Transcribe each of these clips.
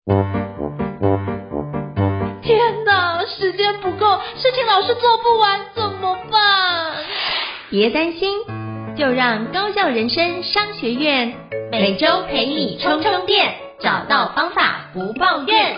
天哪，时间不够，事情老是做不完，怎么办？ 别担心，就让高效人生商学院每周陪你充充电，找到方法不抱怨。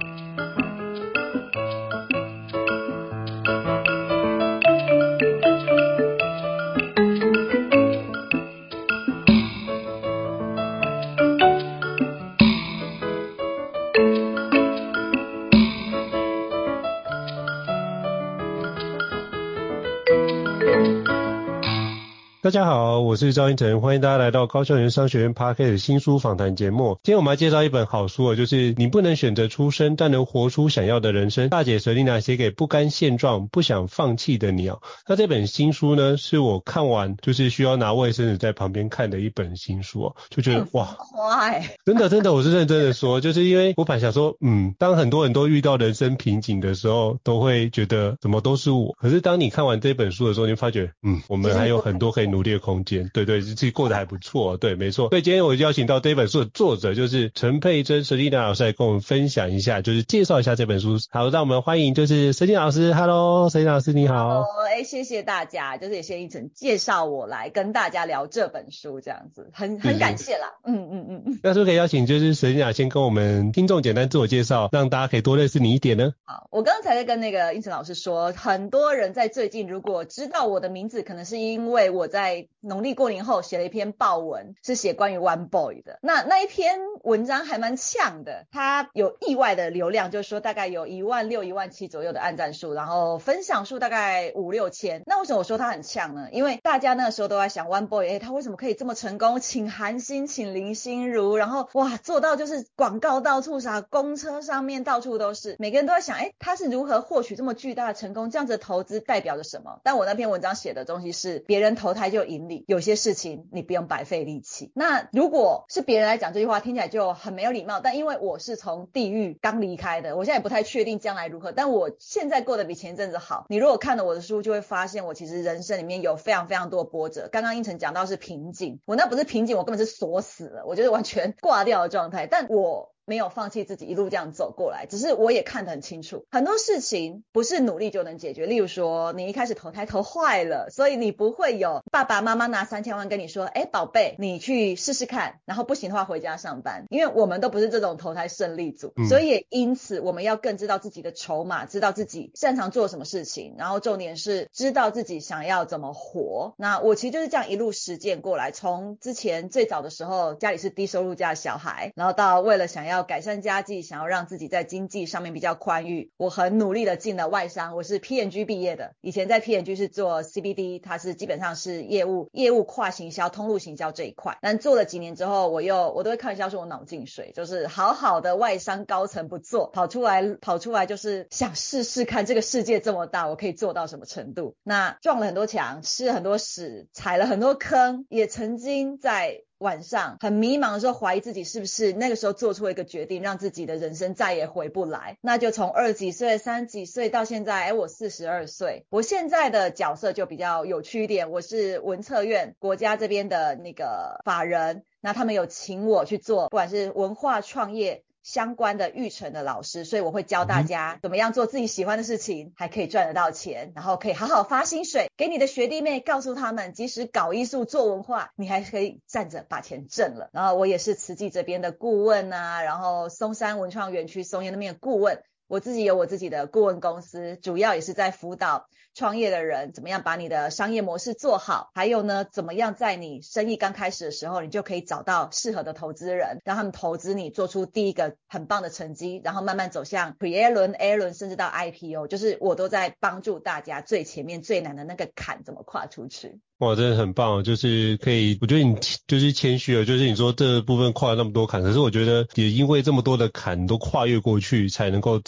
大家好，我是赵英成，欢迎大家来到高效人生商学院 Podcast 的新书访谈节目。今天我们要介绍一本好书，就是你不能选择出身，但能活出想要的人生。大姐 Selina 写给不甘现状、不想放弃的你。那这本新书呢，是我看完就是需要拿卫生纸在旁边看的一本新书就觉得哇，真的，我是认真的说，就是因为我本来想说，当很多人都遇到人生瓶颈的时候，都会觉得怎么都是我。可是当你看完这本书的时候，你就发觉，我们还有很多可以努力的空间。对，自己过得还不错。对，没错。所以今天我邀请到这本书的作者，就是陈佩珍 Selina 老师来跟我们分享一下，就是介绍一下这本书。好，让我们欢迎就是 Selina 老师。Hello， Selina 老师你好。 谢谢大家，就是也谢谢一晨介绍我来跟大家聊这本书，这样子很感谢啦。 那是不是可以邀请就是 Selina 先跟我们听众简单自我介绍，让大家可以多认识你一点呢？ 好，我刚才在跟那个一晨老师说，很多人在最近如果知道我的名字，可能是因为我在农历过年后写了一篇报文，是写关于 One Boy 的。那一篇文章还蛮呛的，它有意外的流量，就是说大概有16000、17000左右的按赞数，然后分享数大概5-6千。那为什么我说它很呛呢？因为大家那个时候都在想 One Boy，他为什么可以这么成功，请韩星，请林心如，然后哇做到就是广告到处撒，公车上面到处都是，每个人都在想他是如何获取这么巨大的成功，这样子的投资代表着什么？但我那篇文章写的东西是别人投胎就盈利，有些事情你不用白费力气。那如果是别人来讲这句话听起来就很没有礼貌，但因为我是从地狱刚离开的，我现在也不太确定将来如何，但我现在过得比前一阵子好。你如果看了我的书就会发现我其实人生里面有非常非常多的波折。刚刚英成讲到是瓶颈，我那不是瓶颈，我根本是锁死了，我就是完全挂掉的状态，但我没有放弃自己，一路这样走过来，只是我也看得很清楚，很多事情不是努力就能解决。例如说你一开始投胎投坏了，所以你不会有爸爸妈妈拿3000万跟你说宝贝你去试试看，然后不行的话回家上班，因为我们都不是这种投胎胜利组。所以也因此我们要更知道自己的筹码，知道自己擅长做什么事情，然后重点是知道自己想要怎么活。那我其实就是这样一路实践过来，从之前最早的时候家里是低收入家的小孩，然后到为了想要改善家计，想要让自己在经济上面比较宽裕，我很努力的进了外商。我是 P&G 毕业的，以前在 P&G 是做 CBD， 它是基本上是业务跨行销、通路行销这一块。但做了几年之后，我都会开玩笑说我脑进水，就是好好的外商高层不做，跑出来就是想试试看这个世界这么大，我可以做到什么程度。那撞了很多墙，吃了很多屎，踩了很多坑，也曾经在晚上很迷茫的时候怀疑自己是不是那个时候做出一个决定，让自己的人生再也回不来。那就从20几岁、30几岁到现在我42岁。我现在的角色就比较有趣一点，我是文策院国家这边的那个法人，那他们有请我去做不管是文化创业相关的育成的老师，所以我会教大家怎么样做自己喜欢的事情，还可以赚得到钱，然后可以好好发薪水给你的学弟妹，告诉他们即使搞艺术做文化，你还可以站着把钱挣了。然后我也是慈济这边的顾问然后松山文创园区松烟那边的顾问，我自己有我自己的顾问公司，主要也是在辅导创业的人怎么样把你的商业模式做好，还有呢怎么样在你生意刚开始的时候，你就可以找到适合的投资人，让他们投资你，做出第一个很棒的成绩，然后慢慢走向 Pre-A 轮、A 轮，甚至到 IPO， 就是我都在帮助大家最前面最难的那个坎怎么跨出去。 哇，真的很棒，就是可以，我觉得你就是谦虚了，就是你说这部分跨了那么多坎，可是我觉得也因为这么多的坎都跨越过去，才能够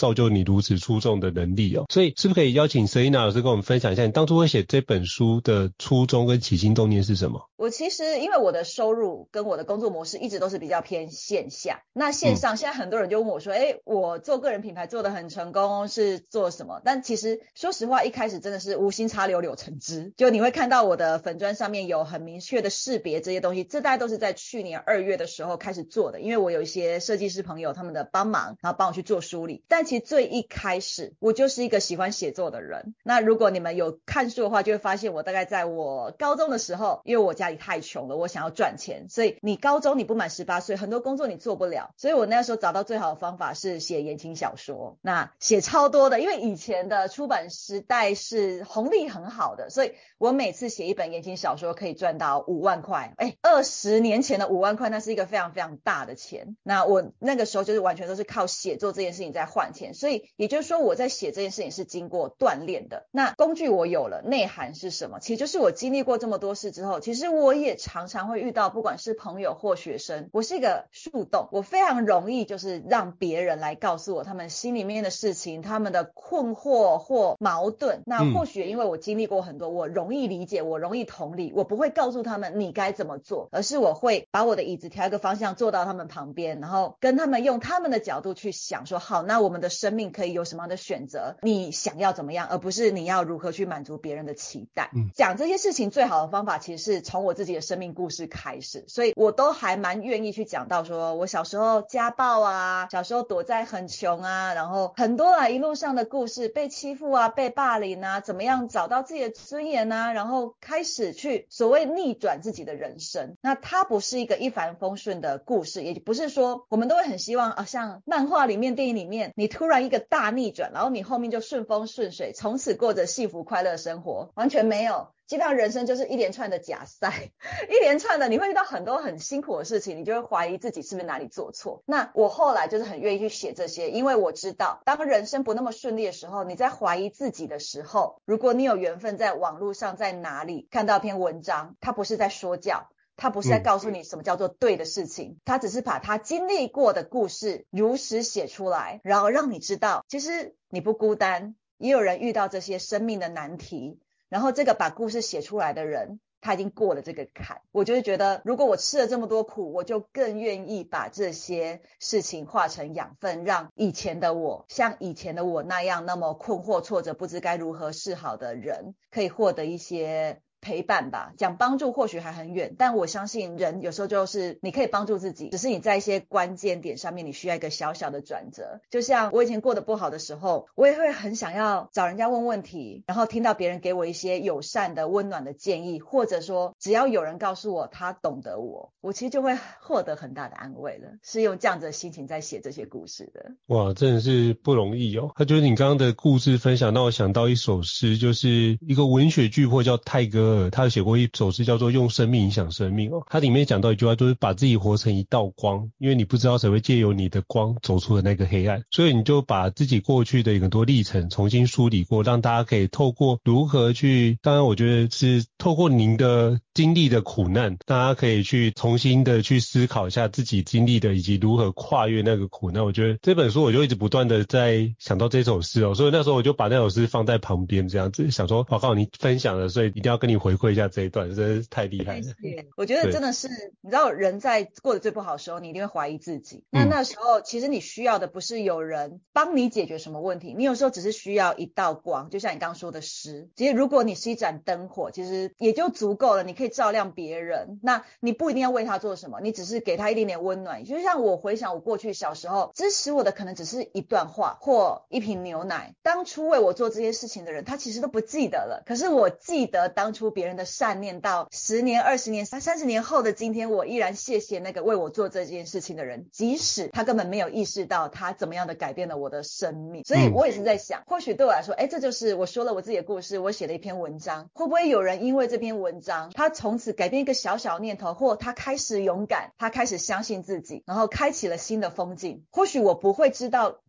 造就你如此出众的能力哦。所以是不是可以邀请 Selina 老师跟我们分享一下，你当初会写这本书的初衷跟起心动念是什么？ 我其实因为我的收入跟我的工作模式一直都是比较偏线下，那线上现在很多人就问我说我做个人品牌做得很成功是做什么，但其实说实话一开始真的是无心插柳柳成枝，就你会看到我的粉专上面有很明确的识别这些东西，这大概都是在去年2月的时候开始做的，因为我有一些设计师朋友他们的帮忙，然后帮我去做梳理，但其实最一开始我就是一个喜欢写作的人。那如果你们有看书的话就会发现我大概在我高中的时候，因为我家里太穷了，我想要赚钱，所以你高中你不满18岁很多工作你做不了，所以我那时候找到最好的方法是写言情小说，那写超多的，因为以前的出版时代是红利很好的，所以我每次写一本言情小说可以赚到5万块，20年前的5万块那是一个非常非常大的钱，那我那个时候就是完全都是靠写作这件事情在换钱，所以也就是说我在写这件事情是经过锻炼的。那工具我有了，内涵是什么？其实就是我经历过这么多事之后，其实我也常常会遇到不管是朋友或学生，我是一个树洞，我非常容易就是让别人来告诉我他们心里面的事情，他们的困惑或矛盾，那或许因为我经历过很多，我容易理解，我容易同理，我不会告诉他们你该怎么做，而是我会把我的椅子调一个方向坐到他们旁边，然后跟他们用他们的角度去想说，好，那我们的生命可以有什么样的选择，你想要怎么样，而不是你要如何去满足别人的期待。讲这些事情最好的方法其实是从我自己的生命故事开始，所以我都还蛮愿意去讲到说我小时候家暴啊，小时候躲在很穷啊，然后很多一路上的故事，被欺负啊，被霸凌啊，怎么样找到自己的尊严啊，然后开始去所谓逆转自己的人生。那它不是一个一帆风顺的故事，也不是说我们都会很希望像漫画里面电影里面你突然一个大逆转，然后你后面就顺风顺水，从此过着幸福快乐的生活，完全没有。基本上人生就是一连串的假赛，一连串的你会遇到很多很辛苦的事情，你就会怀疑自己是不是哪里做错。那我后来就是很愿意去写这些，因为我知道当人生不那么顺利的时候，你在怀疑自己的时候，如果你有缘分在网络上在哪里看到一篇文章，它不是在说教，他不是在告诉你什么叫做对的事情，他只是把他经历过的故事如实写出来，然后让你知道其实你不孤单，也有人遇到这些生命的难题，然后这个把故事写出来的人他已经过了这个坎。我就是觉得如果我吃了这么多苦，我就更愿意把这些事情化成养分，让以前的我像以前的我那样那么困惑挫折不知该如何是好的人可以获得一些陪伴吧。讲帮助或许还很远，但我相信人有时候就是你可以帮助自己，只是你在一些关键点上面你需要一个小小的转折。就像我以前过得不好的时候，我也会很想要找人家问问题，然后听到别人给我一些友善的温暖的建议，或者说只要有人告诉我他懂得我其实就会获得很大的安慰了，是用这样子的心情在写这些故事的。 哇，真的是不容易哦。他就是你刚刚的故事分享让我想到一首诗，就是一个文学巨擘叫泰戈尔，他有写过一首诗叫做用生命影响生命哦。他里面讲到一句话，就是把自己活成一道光，因为你不知道谁会借由你的光走出了那个黑暗，所以你就把自己过去的很多历程重新梳理过，让大家可以透过如何去，当然我觉得是透过您的经历的苦难，大家可以去重新的去思考一下自己经历的以及如何跨越那个苦难。我觉得这本书我就一直不断的在想到这首诗哦，所以那时候我就把那首诗放在旁边这样子，想说报告你分享了，所以一定要跟你回馈一下这一段，真是太厉害了。 我觉得真的是你知道人在过得最不好的时候，你一定会怀疑自己。那时候其实你需要的不是有人帮你解决什么问题，你有时候只是需要一道光，就像你刚刚说的诗，其实如果你是一盏灯火，其实也就足够了，你可以照亮别人，那你不一定要为他做什么，你只是给他一点点温暖。就像我回想我过去小时候，支持我的可能只是一段话或一瓶牛奶，当初为我做这些事情的人他其实都不记得了，可是我记得当初别人的善念，到10年20年30年后的今天，我依然谢谢那个为我做这件事情的人，即使他根本没有意识到他怎么样的改变了我的生命。所以我也是在想，或许对我来说这就是我说了我自己的故事，我写了一篇文章，会不会有人因为这篇文章他从此改变一个小小念头，或他开始勇敢，他开始相信自己，然后开启了新的风景。或许我不会知道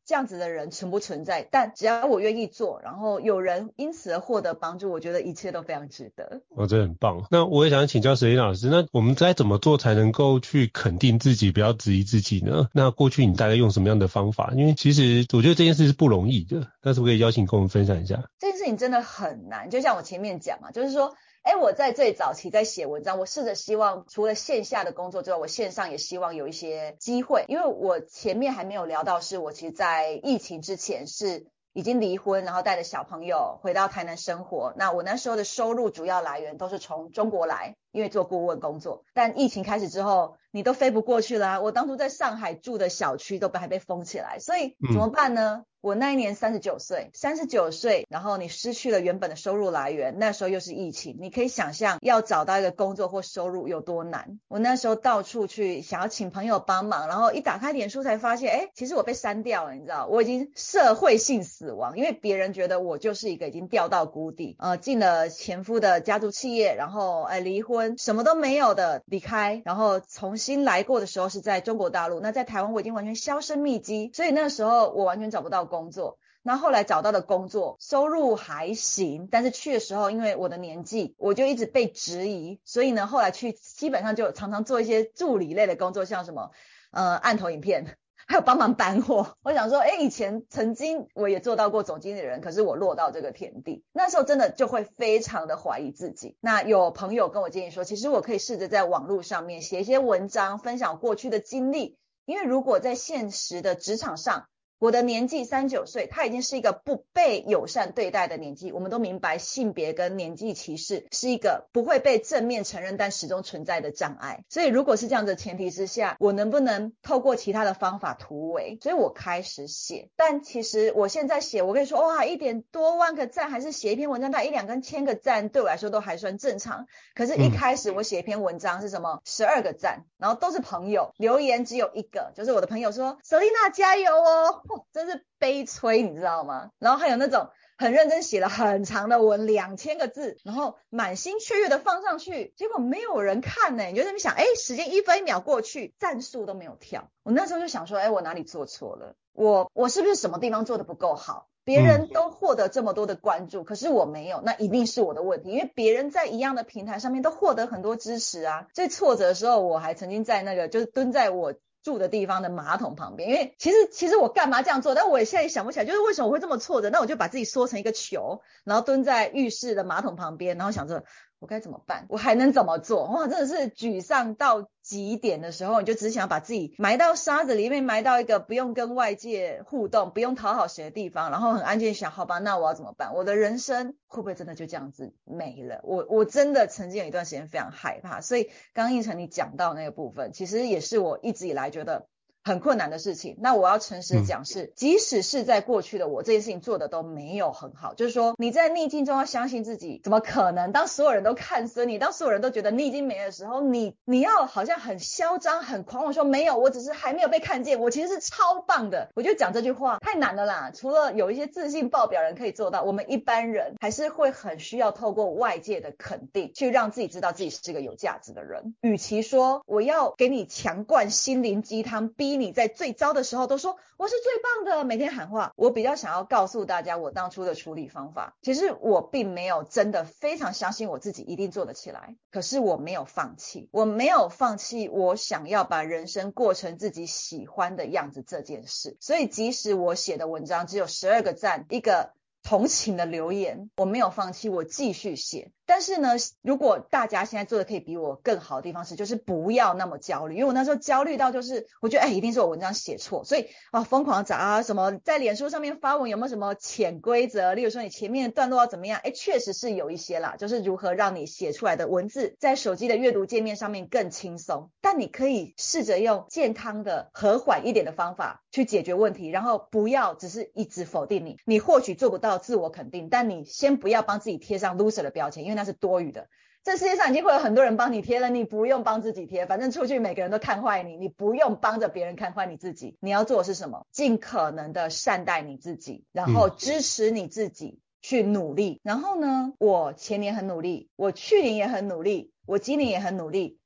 这样子的人存不存在，但只要我愿意做，然后有人因此而获得帮助，我觉得一切都非常值得。 这很棒。那我也想请教Selina老师，那我们该怎么做才能够去肯定自己，不要质疑自己呢？那过去你大概用什么样的方法？因为其实我觉得这件事是不容易的，那是不是可以邀请跟我们分享一下？ 这件事情真的很难，就像我前面讲嘛，就是说我在最早期在写文章，我试着希望除了线下的工作之外，我线上也希望有一些机会，因为我前面还没有聊到，是我其实在疫情之前是已经离婚，然后带着小朋友回到台南生活。那我那时候的收入主要来源都是从中国来，因为做顾问工作。但疫情开始之后，你都飞不过去啦。我当初在上海住的小区都还被封起来，所以怎么办呢？我那一年39岁，然后你失去了原本的收入来源，那时候又是疫情，你可以想象要找到一个工作或收入有多难。我那时候到处去想要请朋友帮忙，然后一打开脸书才发现，其实我被删掉了，你知道，我已经社会性死亡，因为别人觉得我就是一个已经掉到谷底，进了前夫的家族企业，然后离婚，什么都没有的离开，然后重新来过的时候是在中国大陆，那在台湾我已经完全销声匿迹，所以那时候我完全找不到工作。那后来找到的工作收入还行，但是去的时候因为我的年纪，我就一直被质疑，所以呢后来去基本上就常常做一些助理类的工作，像什么按投影片，还有帮忙搬货。我想说以前曾经我也做到过总经理人，可是我落到这个田地，那时候真的就会非常的怀疑自己。那有朋友跟我建议说，其实我可以试着在网络上面写一些文章，分享过去的经历，因为如果在现实的职场上，我的年纪39岁，他已经是一个不被友善对待的年纪。我们都明白性别跟年纪歧视是一个不会被正面承认但始终存在的障碍，所以如果是这样的前提之下，我能不能透过其他的方法突围？所以我开始写。但其实我现在写，我可以说1点多万个赞，还是写一篇文章大概1-2根千个赞，对我来说都还算正常。可是一开始我写一篇文章是什么12个赞，然后都是朋友，留言只有一个，就是我的朋友说 Selina 加油哦，真是悲催，你知道吗？然后还有那种很认真写了很长的文，2000个字，然后满心雀跃的放上去，结果没有人看呢。你就在那边想，时间1分1秒过去，赞数都没有跳。我那时候就想说，我哪里做错了？我是不是什么地方做得不够好？别人都获得这么多的关注，可是我没有，那一定是我的问题，因为别人在一样的平台上面都获得很多支持啊。最挫折的时候，我还曾经在那个就是蹲在我住的地方的马桶旁边，因为其实我干嘛这样做，但我也现在也想不起来，就是为什么我会这么挫折。那我就把自己缩成一个球，然后蹲在浴室的马桶旁边，然后想着我该怎么办，我还能怎么做。哇，真的是沮丧到极点的时候，你就只想把自己埋到沙子里面，埋到一个不用跟外界互动，不用讨好谁的地方，然后很安静想，好吧，那我要怎么办？我的人生会不会真的就这样子没了？我真的曾经有一段时间非常害怕。所以刚刚应成你讲到那个部分，其实也是我一直以来觉得很困难的事情。那我要诚实的讲是，即使是在过去的我，这件事情做的都没有很好。就是说你在逆境中要相信自己，怎么可能？当所有人都看衰你，当所有人都觉得你已经没的时候，你要好像很嚣张很狂妄说没有，我只是还没有被看见，我其实是超棒的。我觉得讲这句话太难了啦，除了有一些自信爆表人可以做到，我们一般人还是会很需要透过外界的肯定去让自己知道自己是个有价值的人。与其说我要给你强灌心灵鸡汤，逼你在最糟的时候都说我是最棒的，每天喊话，我比较想要告诉大家我当初的处理方法。其实我并没有真的非常相信我自己一定做得起来，可是我没有放弃，我想要把人生过成自己喜欢的样子这件事。所以即使我写的文章只有12个赞，一个同情的留言，我没有放弃，我继续写。但是呢，如果大家现在做的可以比我更好的地方是，就是不要那么焦虑。因为我那时候焦虑到就是我觉得一定是我文章写错，所以疯狂找什么在脸书上面发文有没有什么潜规则，例如说你前面的段落要怎么样，确实是有一些啦，就是如何让你写出来的文字在手机的阅读界面上面更轻松。但你可以试着用健康的和缓一点的方法去解决问题，然后不要只是一直否定你或许做不到自我肯定，但你先不要帮自己贴上 loser 的标签，因为那是多余的。这世界上已经会有很多人帮你贴了，你不用帮自己贴，反正出去每个人都看坏你，你不用帮着别人看坏你自己。你要做的是什么？尽可能的善待你自己，然后支持你自己去努力。然后呢，我前年很努力，我去年也很努力，我今年也很努力，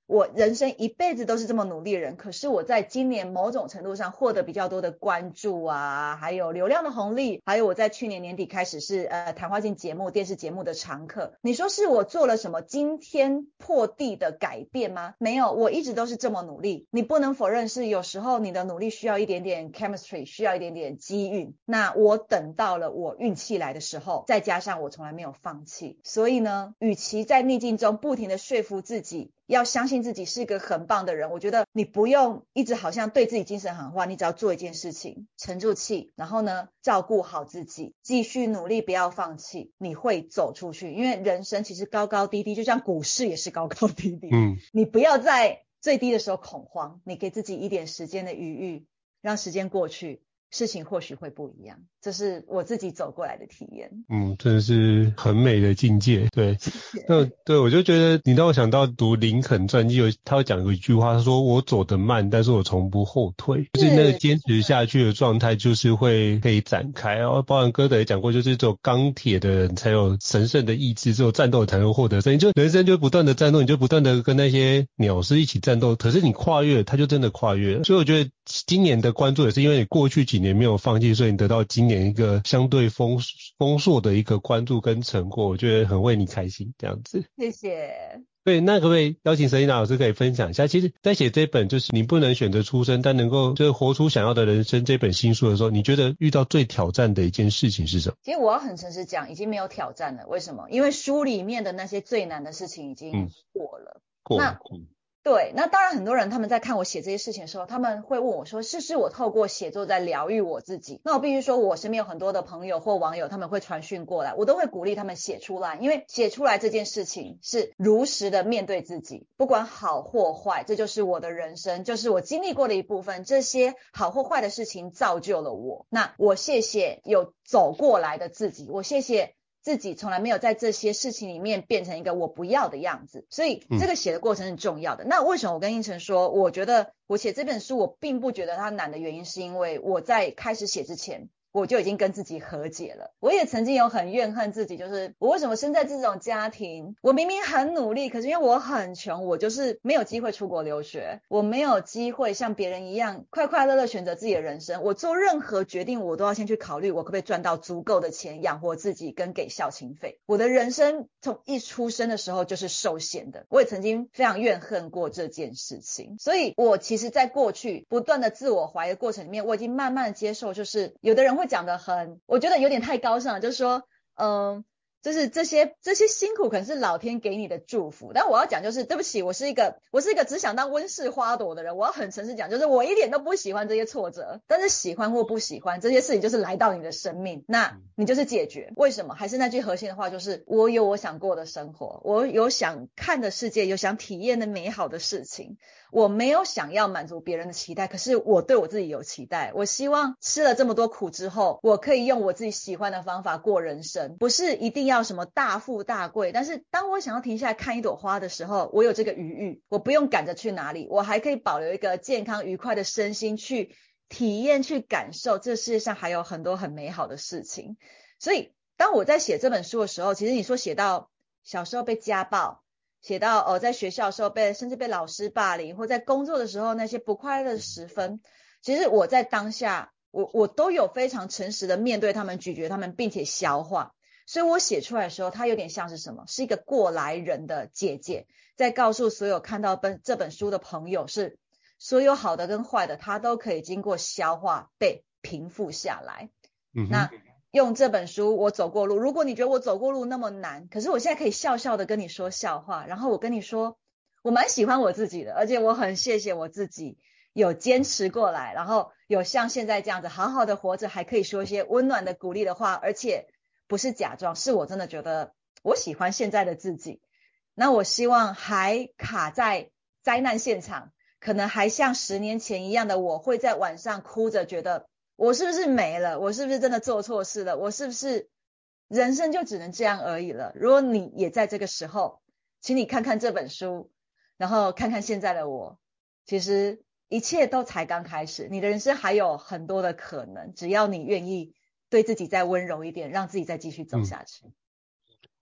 我人生一辈子都是这么努力的人，可是我在今年某种程度上获得比较多的关注啊，还有流量的红利，还有我在去年年底开始是谈话性节目、电视节目的常客。你说是我做了什么惊天破地的改变吗？没有，我一直都是这么努力。你不能否认是有时候你的努力需要一点点 chemistry， 需要一点点机运。那我等到了我运气来的时候，再加上我从来没有放弃，所以呢，与其在逆境中不停的说服自己要相信自己是个很棒的人，我觉得你不用一直好像对自己精神喊话，你只要做一件事情，沉住气，然后呢照顾好自己，继续努力，不要放弃，你会走出去。因为人生其实高高低低，就像股市也是高高低低，你不要在最低的时候恐慌，你给自己一点时间的余裕，让时间过去，事情或许会不一样。这是我自己走过来的体验。 真的是很美的境界。对，对，我就觉得你让我想到读林肯传记，他会讲过一句话，他说我走得慢，但是我从不后退，就是那个坚持下去的状态，就是可以展开。然后包含歌德也讲过，就是只有钢铁的人才有神圣的意志，只有战斗才能获得胜利。就人生就不断的战斗，你就不断的跟那些鸟狮一起战斗，可是你跨越，他就真的跨越了。所以我觉得今年的关注也是因为你过去几年没有放弃，所以你得到今年一个相对丰硕的一个关注跟成果，我觉得很为你开心这样子。 谢谢。 对，那可不可以邀请Selina老师可以分享一下，其实在写这本就是你不能选择出身但能够就是活出想要的人生这本新书的时候，你觉得遇到最挑战的一件事情是什么？ 其实我要很诚实讲，已经没有挑战了。为什么？因为书里面的那些最难的事情已经过了。对，那当然很多人他们在看我写这些事情的时候，他们会问我说，是不是我透过写作在疗愈我自己？那我必须说，我身边有很多的朋友或网友，他们会传讯过来，我都会鼓励他们写出来，因为写出来这件事情是如实的面对自己，不管好或坏，这就是我的人生，就是我经历过的一部分，这些好或坏的事情造就了我。那我谢谢有走过来的自己，我谢谢自己从来没有在这些事情里面变成一个我不要的样子，所以这个写的过程是重要的。那为什么我跟英成说，我觉得我写这本书我并不觉得它难的原因，是因为我在开始写之前我就已经跟自己和解了。我也曾经有很怨恨自己，就是我为什么生在这种家庭，我明明很努力，可是因为我很穷，我就是没有机会出国留学，我没有机会像别人一样快快乐乐选择自己的人生，我做任何决定我都要先去考虑我可不可以赚到足够的钱养活自己跟给孝亲费。我的人生从一出生的时候就是受限的，我也曾经非常怨恨过这件事情。所以我其实在过去不断的自我怀疑的过程里面，我已经慢慢的接受，就是有的人会讲得很，我觉得有点太高尚了，就是说就是这些辛苦可能是老天给你的祝福。但我要讲就是对不起，我是一个只想当温室花朵的人，我要很诚实讲，就是我一点都不喜欢这些挫折，但是喜欢或不喜欢这些事情就是来到你的生命，那你就是解决。为什么？还是那句核心的话，就是我有我想过的生活，我有想看的世界，有想体验的美好的事情，我没有想要满足别人的期待，可是我对我自己有期待。我希望吃了这么多苦之后，我可以用我自己喜欢的方法过人生，不是一定要什么大富大贵，但是当我想要停下来看一朵花的时候，我有这个余裕，我不用赶着去哪里，我还可以保留一个健康愉快的身心去体验去感受这世界上还有很多很美好的事情。所以当我在写这本书的时候，其实你说写到小时候被家暴，写到在学校的时候甚至被老师霸凌，或在工作的时候那些不快乐的时分，其实我在当下我都有非常诚实的面对他们，咀嚼他们并且消化。所以我写出来的时候，它有点像是什么？是一个过来人的姐姐在告诉所有看到这本书的朋友，是所有好的跟坏的它都可以经过消化被平复下来。那用这本书我走过路，如果你觉得我走过路那么难，可是我现在可以笑笑的跟你说笑话，然后我跟你说我蛮喜欢我自己的，而且我很谢谢我自己有坚持过来，然后有像现在这样子好好的活着，还可以说一些温暖的鼓励的话，而且不是假装，是我真的觉得我喜欢现在的自己。那我希望还卡在灾难现场，可能还像10年前一样的我，会在晚上哭着觉得我是不是没了，我是不是真的做错事了，我是不是人生就只能这样而已了。如果你也在这个时候，请你看看这本书，然后看看现在的我，其实一切都才刚开始，你的人生还有很多的可能，只要你愿意对自己再温柔一点，让自己再继续走下去。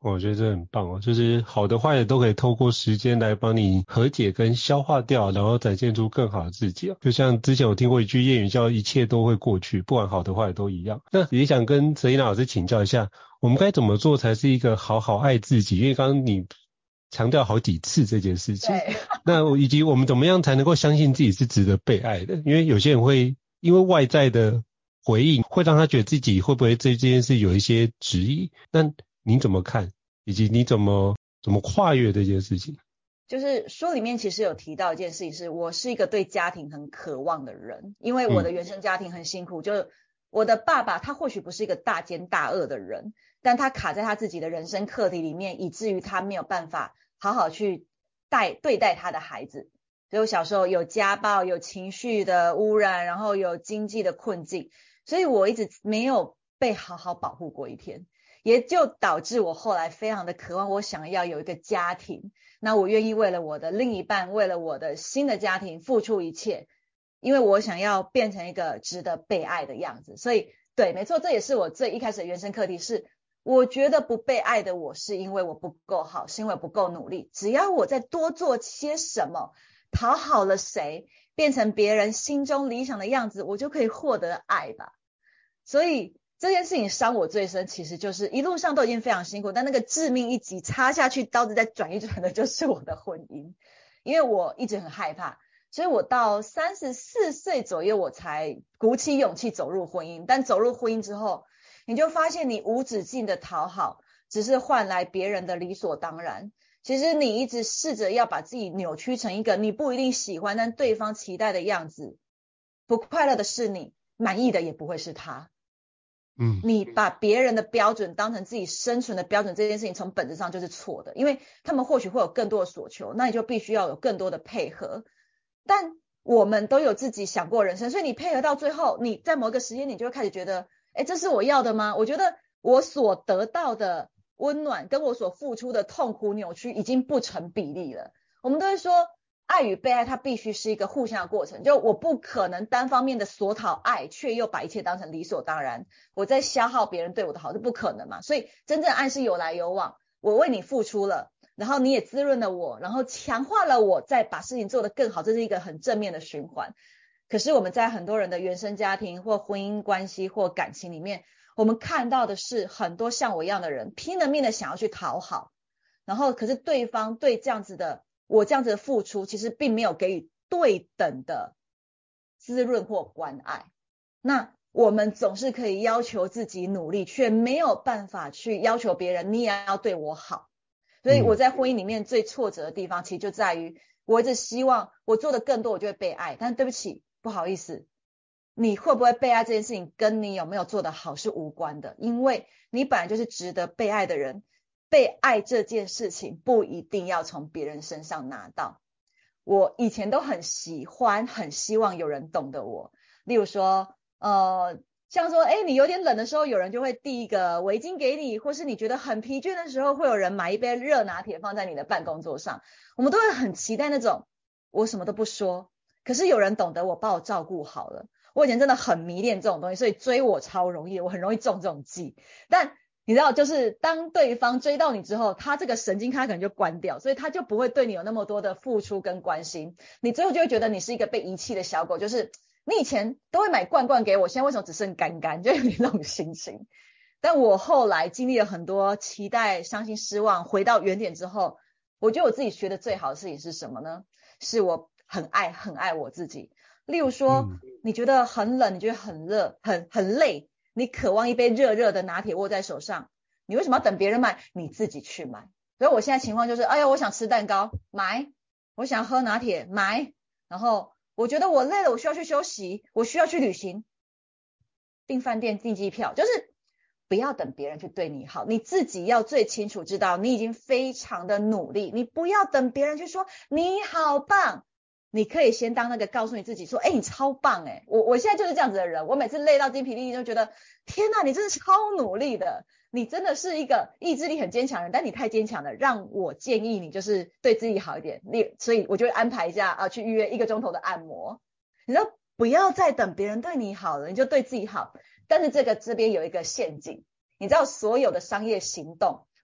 我觉得这很棒哦，就是好的坏的都可以透过时间来帮你和解跟消化掉，然后展现出更好的自己哦。就像之前我听过一句谚语叫一切都会过去，不管好的坏的都一样。那也想跟Selina老师请教一下，我们该怎么做才是一个好好爱自己？因为刚刚你强调好几次这件事情， 对， 那以及我们怎么样才能够相信自己是值得被爱的？因为有些人会因为外在的回应会让他觉得自己会不会这件事有一些质疑，那你怎么看？以及你怎么跨越这件事情？ 就是书里面其实有提到一件事情，是我是一个对家庭很渴望的人，因为我的原生家庭很辛苦，就是我的爸爸他或许不是一个大奸大恶的人，但他卡在他自己的人生课题里面，以至于他没有办法好好去对待他的孩子。所以我小时候有家暴，有情绪的污染，然后有经济的困境，所以我一直没有被好好保护过一天，也就导致我后来非常的渴望，我想要有一个家庭，那我愿意为了我的另一半，为了我的新的家庭付出一切，因为我想要变成一个值得被爱的样子。所以对，没错，这也是我最一开始的原生课题，是我觉得不被爱的我是因为我不够好，是因为不够努力，只要我再多做些什么，讨好了谁，变成别人心中理想的样子，我就可以获得爱吧。所以这件事情伤我最深，其实就是一路上都已经非常辛苦，但那个致命一击插下去，刀子再转一转的就是我的婚姻。因为我一直很害怕，所以我到34岁左右我才鼓起勇气走入婚姻。但走入婚姻之后，你就发现你无止境的讨好，只是换来别人的理所当然。其实你一直试着要把自己扭曲成一个你不一定喜欢但对方期待的样子，不快乐的是你，满意的也不会是他。你把别人的标准当成自己生存的标准，这件事情从本质上就是错的，因为他们或许会有更多的所求，那你就必须要有更多的配合。但我们都有自己想过人生，所以你配合到最后，你在某一个时间你就会开始觉得，这是我要的吗？我觉得我所得到的温暖跟我所付出的痛苦扭曲已经不成比例了。我们都会说爱与被爱它必须是一个互相的过程，就我不可能单方面的索讨爱，却又把一切当成理所当然，我在消耗别人对我的好，这不可能嘛。所以真正爱是有来有往，我为你付出了，然后你也滋润了我，然后强化了我，再把事情做得更好，这是一个很正面的循环。可是我们在很多人的原生家庭或婚姻关系或感情里面，我们看到的是很多像我一样的人拼了命的想要去讨好，然后可是对方对这样子的我这样子的付出，其实并没有给予对等的滋润或关爱。那我们总是可以要求自己努力，却没有办法去要求别人你也要对我好。所以我在婚姻里面最挫折的地方，其实就在于我一直希望我做的更多，我就会被爱。但对不起，不好意思，你会不会被爱这件事情跟你有没有做得好是无关的，因为你本来就是值得被爱的人。被爱这件事情不一定要从别人身上拿到。我以前都很喜欢很希望有人懂得我，例如说像说你有点冷的时候，有人就会递一个围巾给你，或是你觉得很疲倦的时候，会有人买一杯热拿铁放在你的办公桌上。我们都会很期待那种我什么都不说，可是有人懂得我，把我照顾好了。我以前真的很迷恋这种东西，所以追我超容易，我很容易中这种计。但你知道，就是当对方追到你之后，他这个神经他可能就关掉，所以他就不会对你有那么多的付出跟关心。你最后就会觉得你是一个被遗弃的小狗，就是你以前都会买罐罐给我，现在为什么只剩干干，就有点那种心情。但我后来经历了很多期待、伤心、失望，回到原点之后，我觉得我自己学的最好的事情是什么呢？是我很爱我自己。例如说，你觉得很冷，你觉得很热，很累，你渴望一杯热热的拿铁握在手上，你为什么要等别人买？你自己去买。所以我现在情况就是，我想吃蛋糕，买；我想喝拿铁，买。然后我觉得我累了，我需要去休息，我需要去旅行，订饭店、订机票，就是不要等别人去对你好，你自己要最清楚知道你已经非常的努力，你不要等别人去说你好棒。你可以先当那个告诉你自己说，你超棒我现在就是这样子的人，我每次累到精疲力尽就觉得天哪，你真是超努力的，你真的是一个意志力很坚强的人，但你太坚强了，让我建议你就是对自己好一点。所以我就会安排一下去预约1个钟头的按摩。你说不要再等别人对你好了，你就对自己好。但是这边有一个陷阱，你知道所有的商业行动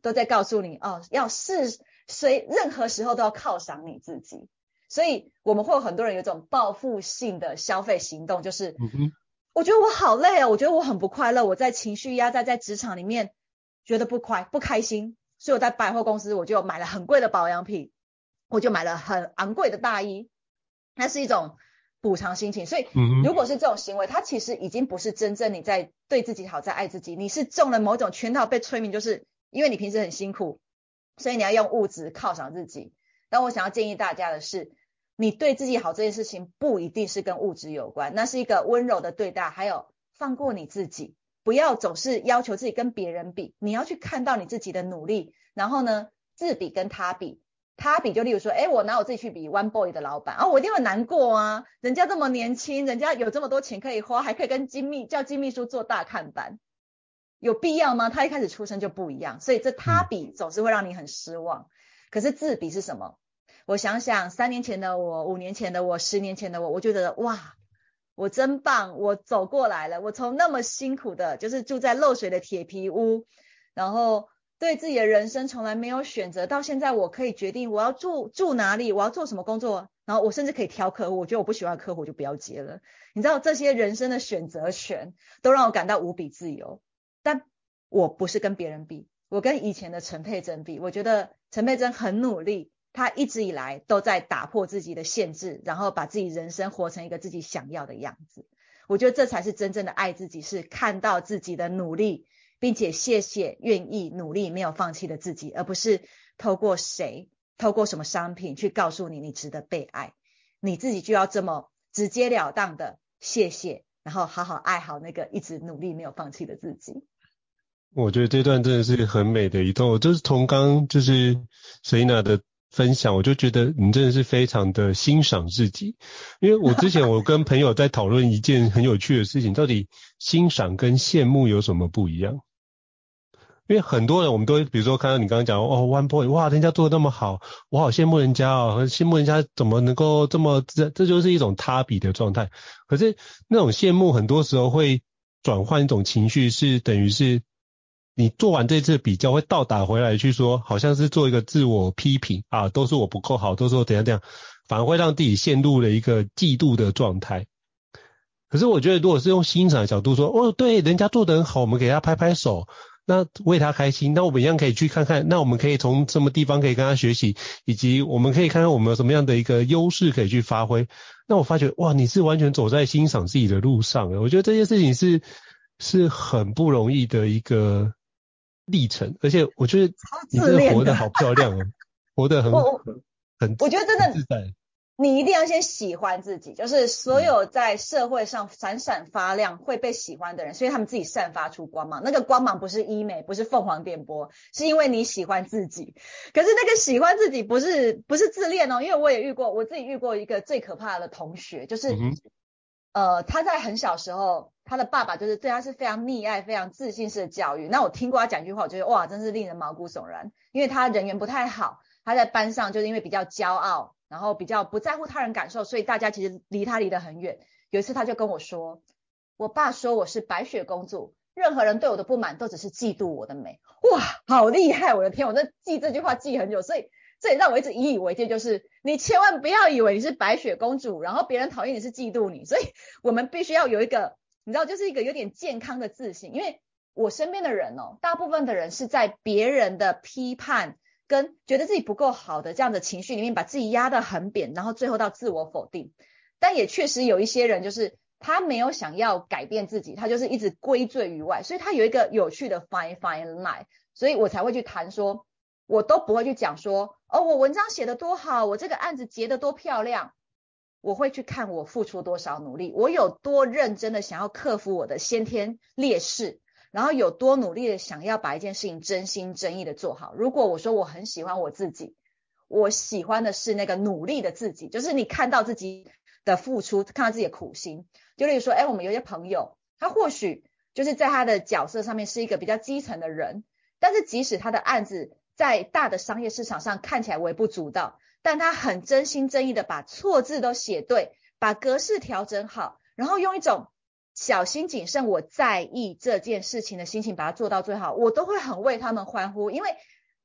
都在告诉你要任何时候都要犒赏你自己。所以我们会有很多人有一种报复性的消费行动，就是我觉得我好累我觉得我很不快乐，我在情绪压榨，在职场里面觉得不开心，所以我在百货公司我就买了很贵的保养品，我就买了很昂贵的大衣，那是一种补偿心情。所以如果是这种行为，它其实已经不是真正你在对自己好，在爱自己，你是中了某种圈套，被催眠，就是因为你平时很辛苦，所以你要用物质犒赏自己。但我想要建议大家的是，你对自己好这件事情不一定是跟物质有关，那是一个温柔的对待，还有放过你自己，不要总是要求自己跟别人比，你要去看到你自己的努力，然后呢，自比跟他比就例如说我拿我自己去比 One Boy 的老板我一定会难过啊，人家这么年轻，人家有这么多钱可以花，还可以跟叫金秘书做大看板，有必要吗？他一开始出生就不一样，所以这他比总是会让你很失望。可是自比是什么？我想想3年前的我，5年前的我，10年前的我觉得哇，我真棒，我走过来了，我从那么辛苦的就是住在漏水的铁皮屋，然后对自己的人生从来没有选择，到现在我可以决定我要住哪里，我要做什么工作，然后我甚至可以挑客户，我觉得我不喜欢客户就不要接了。你知道这些人生的选择权都让我感到无比自由。但我不是跟别人比，我跟以前的陈佩珍比，我觉得陈佩珍很努力，她一直以来都在打破自己的限制，然后把自己人生活成一个自己想要的样子。我觉得这才是真正的爱自己，是看到自己的努力，并且谢谢愿意努力没有放弃的自己，而不是透过什么商品去告诉你值得被爱。你自己就要这么直截了当的谢谢，然后好好爱好那个一直努力没有放弃的自己。 我觉得这段真的是很美的一段，我就是从刚就是 Selina 的分享，我就觉得你真的是非常的欣赏自己。因为我之前我跟朋友在讨论一件很有趣的事情，到底欣赏跟羡慕有什么不一样？因为很多人我们都会比如说看到你刚刚讲One Boy 哇人家做得那么好，我好羡慕人家很羡慕人家怎么能够这么这就是一种他比的状态。可是那种羡慕很多时候会转换一种情绪，是等于是你做完这次比较会倒打回来去说，好像是做一个自我批评都是我不够好，都是我怎样，反而会让自己陷入了一个嫉妒的状态。可是我觉得如果是用欣赏的角度说对人家做得很好，我们给他拍拍手，那为他开心，那我们一样可以去看看，那我们可以从什么地方可以跟他学习，以及我们可以看看我们有什么样的一个优势可以去发挥。那我发觉哇你是完全走在欣赏自己的路上，我觉得这件事情是很不容易的一个历程，而且我觉得你真的活得好漂亮活得很我觉得真的自在。 你一定要先喜欢自己，就是所有在社会上闪闪发亮会被喜欢的人，所以他们自己散发出光芒，那个光芒不是医美，不是凤凰电波，是因为你喜欢自己。可是那个喜欢自己不是自恋因为我自己遇过一个最可怕的同学，就是他在很小时候他的爸爸就是对他是非常溺爱非常自信式的教育。那我听过他讲一句话，我觉得哇真是令人毛骨悚然，因为他人缘不太好，他在班上就是因为比较骄傲，然后比较不在乎他人感受，所以大家其实离得很远。有一次他就跟我说，我爸说我是白雪公主，任何人对我的不满都只是嫉妒我的美。哇好厉害，我的天，我真记这句话记很久。所以这也让我一直引以为戒，就是你千万不要以为你是白雪公主，然后别人讨厌你是嫉妒你。所以我们必须要有一个你知道就是一个有点健康的自信。因为我身边的人大部分的人是在别人的批判跟觉得自己不够好的这样的情绪里面把自己压得很扁，然后最后到自我否定。但也确实有一些人就是他没有想要改变自己，他就是一直归罪于外，所以他有一个有趣的 fine line。 所以我才会去谈说，我都不会去讲说我文章写得多好，我这个案子结得多漂亮，我会去看我付出多少努力，我有多认真的想要克服我的先天劣势，然后有多努力的想要把一件事情真心真意的做好。如果我说我很喜欢我自己，我喜欢的是那个努力的自己，就是你看到自己的付出，看到自己的苦心。就例如说我们有些朋友，他或许就是在他的角色上面是一个比较基层的人，但是即使他的案子在大的商业市场上看起来微不足道，但他很真心真意的把错字都写对，把格式调整好，然后用一种小心谨慎我在意这件事情的心情把它做到最好，我都会很为他们欢呼。因为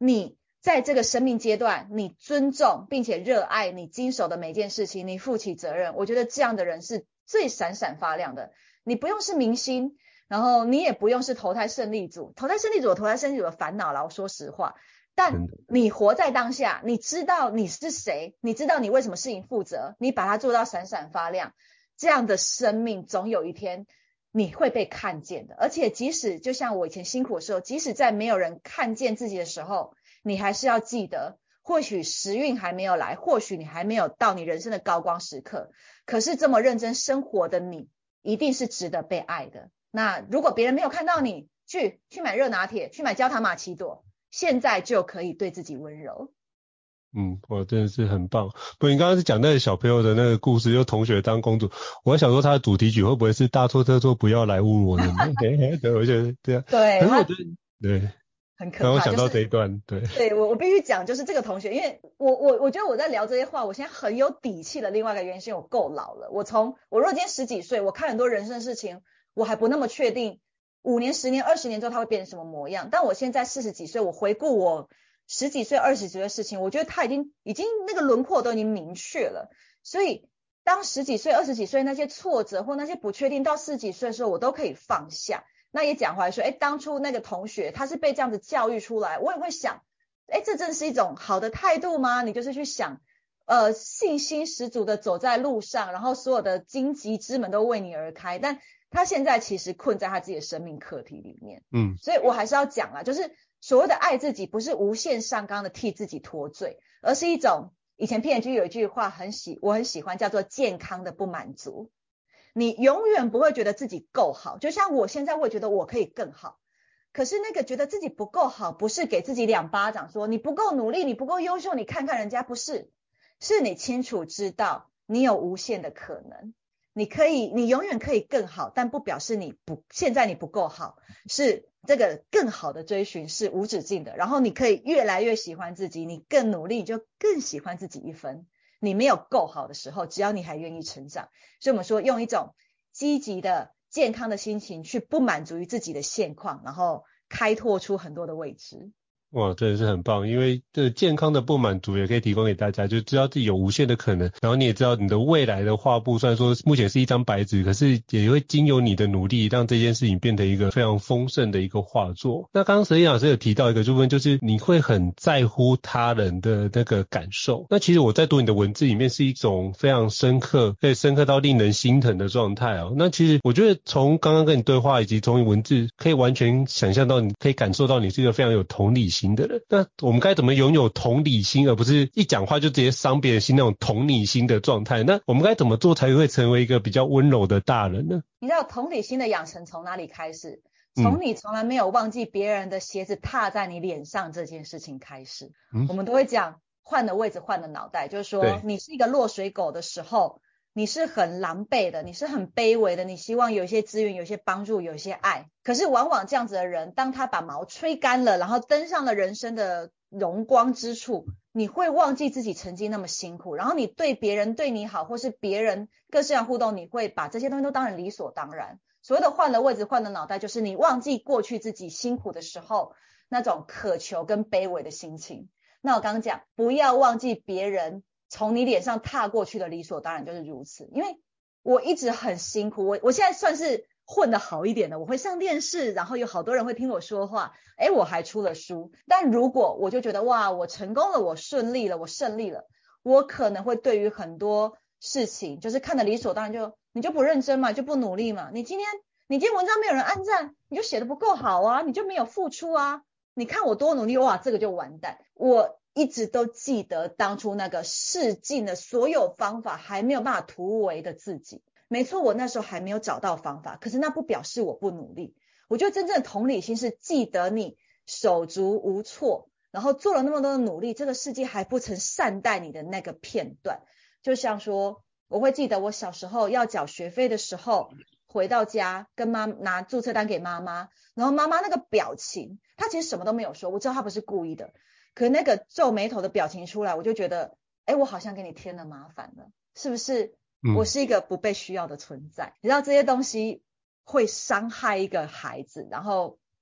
你在这个生命阶段，你尊重并且热爱你经手的每件事情，你负起责任，我觉得这样的人是最闪闪发亮的。你不用是明星，然后你也不用是投胎胜利组，投胎胜利组有投胎胜利组的烦恼啦，我说实话，但你活在当下，你知道你是谁，你知道你为什么事情负责，你把它做到闪闪发亮，这样的生命总有一天你会被看见的。而且即使就像我以前辛苦的时候，即使在没有人看见自己的时候，你还是要记得，或许时运还没有来，或许你还没有到你人生的高光时刻，可是这么认真生活的你一定是值得被爱的。那如果别人没有看到你，去买热拿铁，去买焦糖玛奇朵，现在就可以对自己温柔。 我真的是很棒。不，你刚刚是讲那个小朋友的那个故事，就同学当公主，我还想说他的主题曲会不会是大错特错不要来侮辱我呢？对，我觉得对啊。 对， 可是我觉得对， 很可怕。 我想到这一段，对， 对，我必须讲，就是这个同学，因为我觉得我在聊这些话，我现在很有底气的。另外一个原因是我够老了，我如果今天10几岁，我看很多人生的事情，我还不那么确定5年、10年、20年之后他会变成什么模样。但我现在40几岁，我回顾我10几岁、20几岁的事情，我觉得他已经那个轮廓都已经明确了。所以当10几岁、20几岁那些挫折或那些不确定，到40几岁的时候，我都可以放下。那也讲回来说，当初那个同学他是被这样子教育出来，我也会想，这真是一种好的态度吗？你就是去想，信心十足的走在路上，然后所有的荆棘之门都为你而开，但他现在其实困在他自己的生命课题里面。所以我还是要讲啦，就是所谓的爱自己，不是无限上纲的替自己脱罪，而是一种，以前 P&G 有一句话我很喜欢，叫做健康的不满足。你永远不会觉得自己够好，就像我现在会觉得我可以更好，可是那个觉得自己不够好，不是给自己2巴掌说你不够努力，你不够优秀，你看看人家，不是，是你清楚知道你有无限的可能，你永远可以更好，但不表示现在你不够好，是这个更好的追寻是无止境的，然后你可以越来越喜欢自己，你更努力，你就更喜欢自己一分。你没有够好的时候，只要你还愿意成长，所以我们说用一种积极的健康的心情去不满足于自己的现况，然后开拓出很多的未知。 哇，真的是很棒，因为这健康的不满足也可以提供给大家，就知道自己有无限的可能，然后你也知道你的未来的画布，虽然说目前是一张白纸，可是也会经由你的努力，让这件事情变成一个非常丰盛的一个画作。那刚刚佘老师有提到一个部分，就是你会很在乎他人的那个感受。那其实我在读你的文字里面是一种非常深刻，可以深刻到令人心疼的状态哦。那其实我觉得从刚刚跟你对话以及从你文字，可以完全想象到，你可以感受到你是一个非常有同理心的人。那我们该怎么拥有同理心，而不是一讲话就直接伤别人心那种同理心的状态？那我们该怎么做才会成为一个比较温柔的大人呢？ 你知道同理心的养成从哪里开始？从你从来没有忘记别人的鞋子踏在你脸上这件事情开始。我们都会讲换了位置换了脑袋，就是说你是一个落水狗的时候，你是很狼狈的，你是很卑微的，你希望有一些资源，有一些帮助，有一些爱。可是往往这样子的人，当他把毛吹干了，然后登上了人生的荣光之处，你会忘记自己曾经那么辛苦，然后你对别人对你好，或是别人各式各样互动，你会把这些东西都当成理所当然。所谓的换了位置换了脑袋，就是你忘记过去自己辛苦的时候那种渴求跟卑微的心情。那我刚刚讲，不要忘记别人从你脸上踏过去的理所当然就是如此。因为我一直很辛苦，我现在算是混得好一点的，我会上电视，然后有好多人会听我说话，我还出了书。但如果我就觉得哇，我成功了，我顺利了，我胜利了，我可能会对于很多事情就是看得理所当然，你就不认真嘛，就不努力嘛。你今天文章没有人按赞，你就写得不够好啊，你就没有付出啊。你看我多努力，哇，这个就完蛋。我一直都记得当初那个试尽了所有方法还没有办法突围的自己。没错，我那时候还没有找到方法，可是那不表示我不努力。我觉得真正的同理心是记得你手足无措，然后做了那么多的努力，这个世界还不曾善待你的那个片段。就像说，我会记得我小时候要缴学费的时候，回到家跟拿注册单给妈妈，然后妈妈那个表情，她其实什么都没有说，我知道她不是故意的，可那个皱眉头的表情出来，我就觉得我好像给你添了麻烦了，是不是我是一个不被需要的存在。你知道这些东西会伤害一个孩子，然后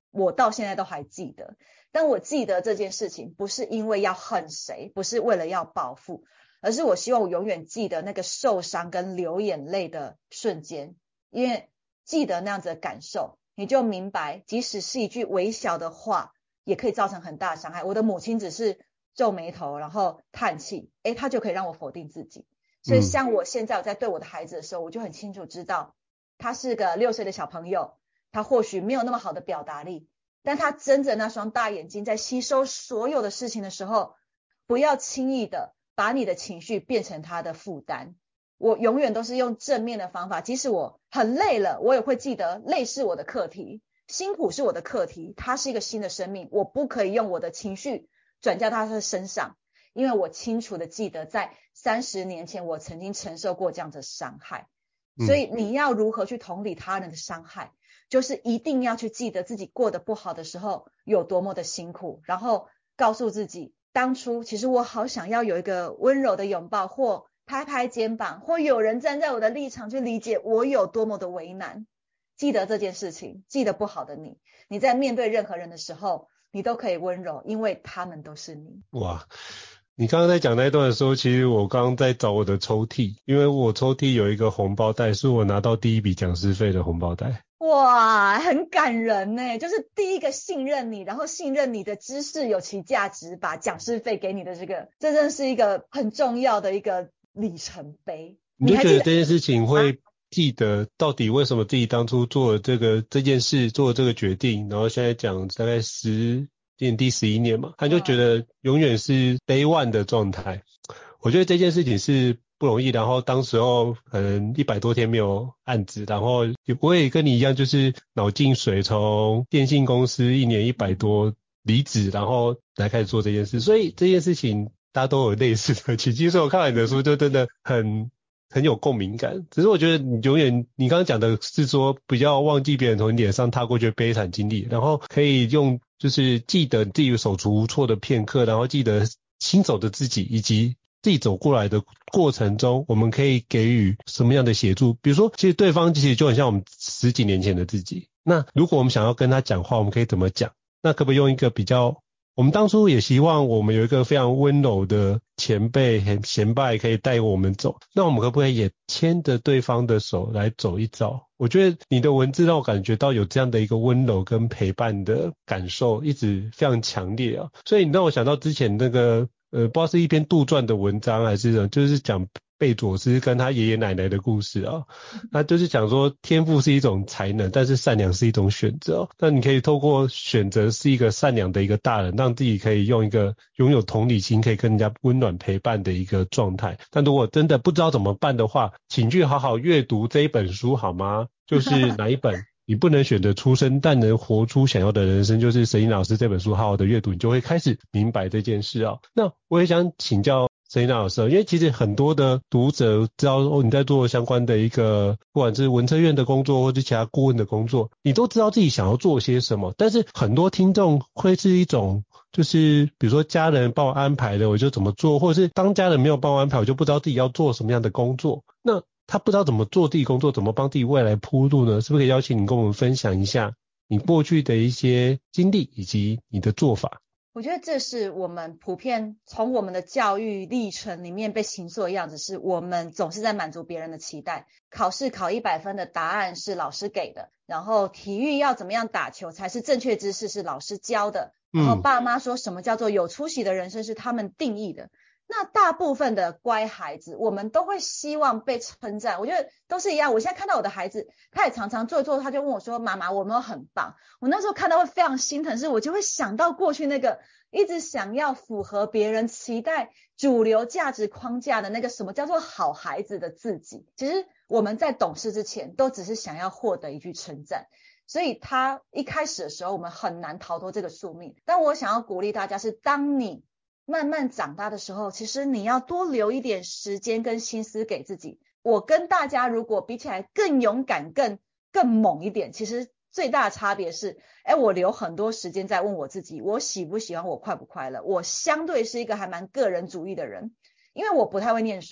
我到现在都还记得。但我记得这件事情不是因为要恨谁，不是为了要报复，而是我希望我永远记得那个受伤跟流眼泪的瞬间，因为记得那样子的感受，你就明白即使是一句微小的话也可以造成很大的伤害。我的母亲只是皱眉头然后叹气，她就可以让我否定自己。所以像我现在我在对我的孩子的时候，我就很清楚知道他是个6岁的小朋友，他或许没有那么好的表达力，但他睁着那双大眼睛在吸收所有的事情的时候，不要轻易的把你的情绪变成他的负担。我永远都是用正面的方法，即使我很累了，我也会记得累是我的课题，辛苦是我的课题，他是一个新的生命，我不可以用我的情绪转嫁他的身上，因为我清楚的记得在30年前我曾经承受过这样的伤害。所以你要如何去同理他人的伤害，就是一定要去记得自己过得不好的时候有多么的辛苦，然后告诉自己当初其实我好想要有一个温柔的拥抱，或拍拍肩膀，或有人站在我的立场去理解我有多么的为难。记得这件事情，记得不好的你在面对任何人的时候你都可以温柔，因为他们都是你。 哇，你刚刚在讲那一段的时候，其实我刚刚在找我的抽屉，因为我抽屉有一个红包袋，是我拿到第一笔讲师费的红包袋。 哇，很感人耶，就是第一个信任你，然后信任你的知识有其价值，把讲师费给你的这真的是一个很重要的一个里程碑。 你就觉得这件事情会记得到底为什么自己当初做了这件事，做了这个决定，然后现在讲大概第11年嘛，他就觉得永远是 day one 的状态。我觉得这件事情是不容易，然后当时候可能100多天没有案子，然后我也跟你一样，就是脑进水，从电信公司1年100多离职，然后来开始做这件事，所以这件事情大家都有类似的情境，所以我看完你的书就真的很有共鸣感。只是我觉得你刚刚讲的是说不要忘记别人从你脸上踏过去的悲惨经历，然后可以用就是记得自己手足无措的片刻，然后记得新手的自己以及自己走过来的过程中我们可以给予什么样的协助。比如说其实对方其实就很像我们10几年前的自己，那如果我们想要跟他讲话，我们可以怎么讲？那可不可以用一个比较，我们当初也希望我们有一个非常温柔的前辈贤拜可以带我们走，那我们可不可以也牵着对方的手来走一遭？我觉得你的文字让我感觉到有这样的一个温柔跟陪伴的感受，一直非常强烈啊。所以你让我想到之前那个不知道是一篇杜撰的文章还是就是讲贝佐斯跟他爷爷奶奶的故事啊，他就是讲说天赋是一种才能，但是善良是一种选择。那你可以透过选择是一个善良的一个大人，让自己可以用一个拥有同理心，可以跟人家温暖陪伴的一个状态。但如果真的不知道怎么办的话，请去好好阅读这一本书好吗？就是哪一本？你不能选择出生，但能活出想要的人生，就是沈英老师这本书好好的阅读，你就会开始明白这件事啊。那我也想请教沈英老师，因为其实很多的读者知道你在做相关的一个不管是文策院的工作或是其他顾问的工作，你都知道自己想要做些什么，但是很多听众会是一种就是比如说家人帮我安排的我就怎么做，或者是当家人没有帮我安排我就不知道自己要做什么样的工作，那他不知道怎么做自己工作，怎么帮自己未来铺路呢？是不是可以邀请你跟我们分享一下你过去的一些经历以及你的做法？ 我觉得这是我们普遍从我们的教育历程里面被形塑的样子，是我们总是在满足别人的期待。考试考100分的答案是老师给的，然后体育要怎么样打球才是正确知识是老师教的，然后爸妈说什么叫做有出息的人生是他们定义的。那大部分的乖孩子我们都会希望被称赞，我觉得都是一样。我现在看到我的孩子他也常常做一做，他就问我说妈妈我没有很棒，我那时候看到会非常心疼，是我就会想到过去那个一直想要符合别人期待主流价值框架的那个什么叫做好孩子的自己。其实我们在懂事之前都只是想要获得一句称赞，所以他一开始的时候我们很难逃脱这个宿命。但我想要鼓励大家是，当你慢慢长大的时候，其实你要多留一点时间跟心思给自己。我跟大家如果比起来更勇敢更猛一点，其实最大的差别是我留很多时间在问我自己，我喜不喜欢，我快不快乐。我相对是一个还蛮个人主义的人，因为我不太会念书，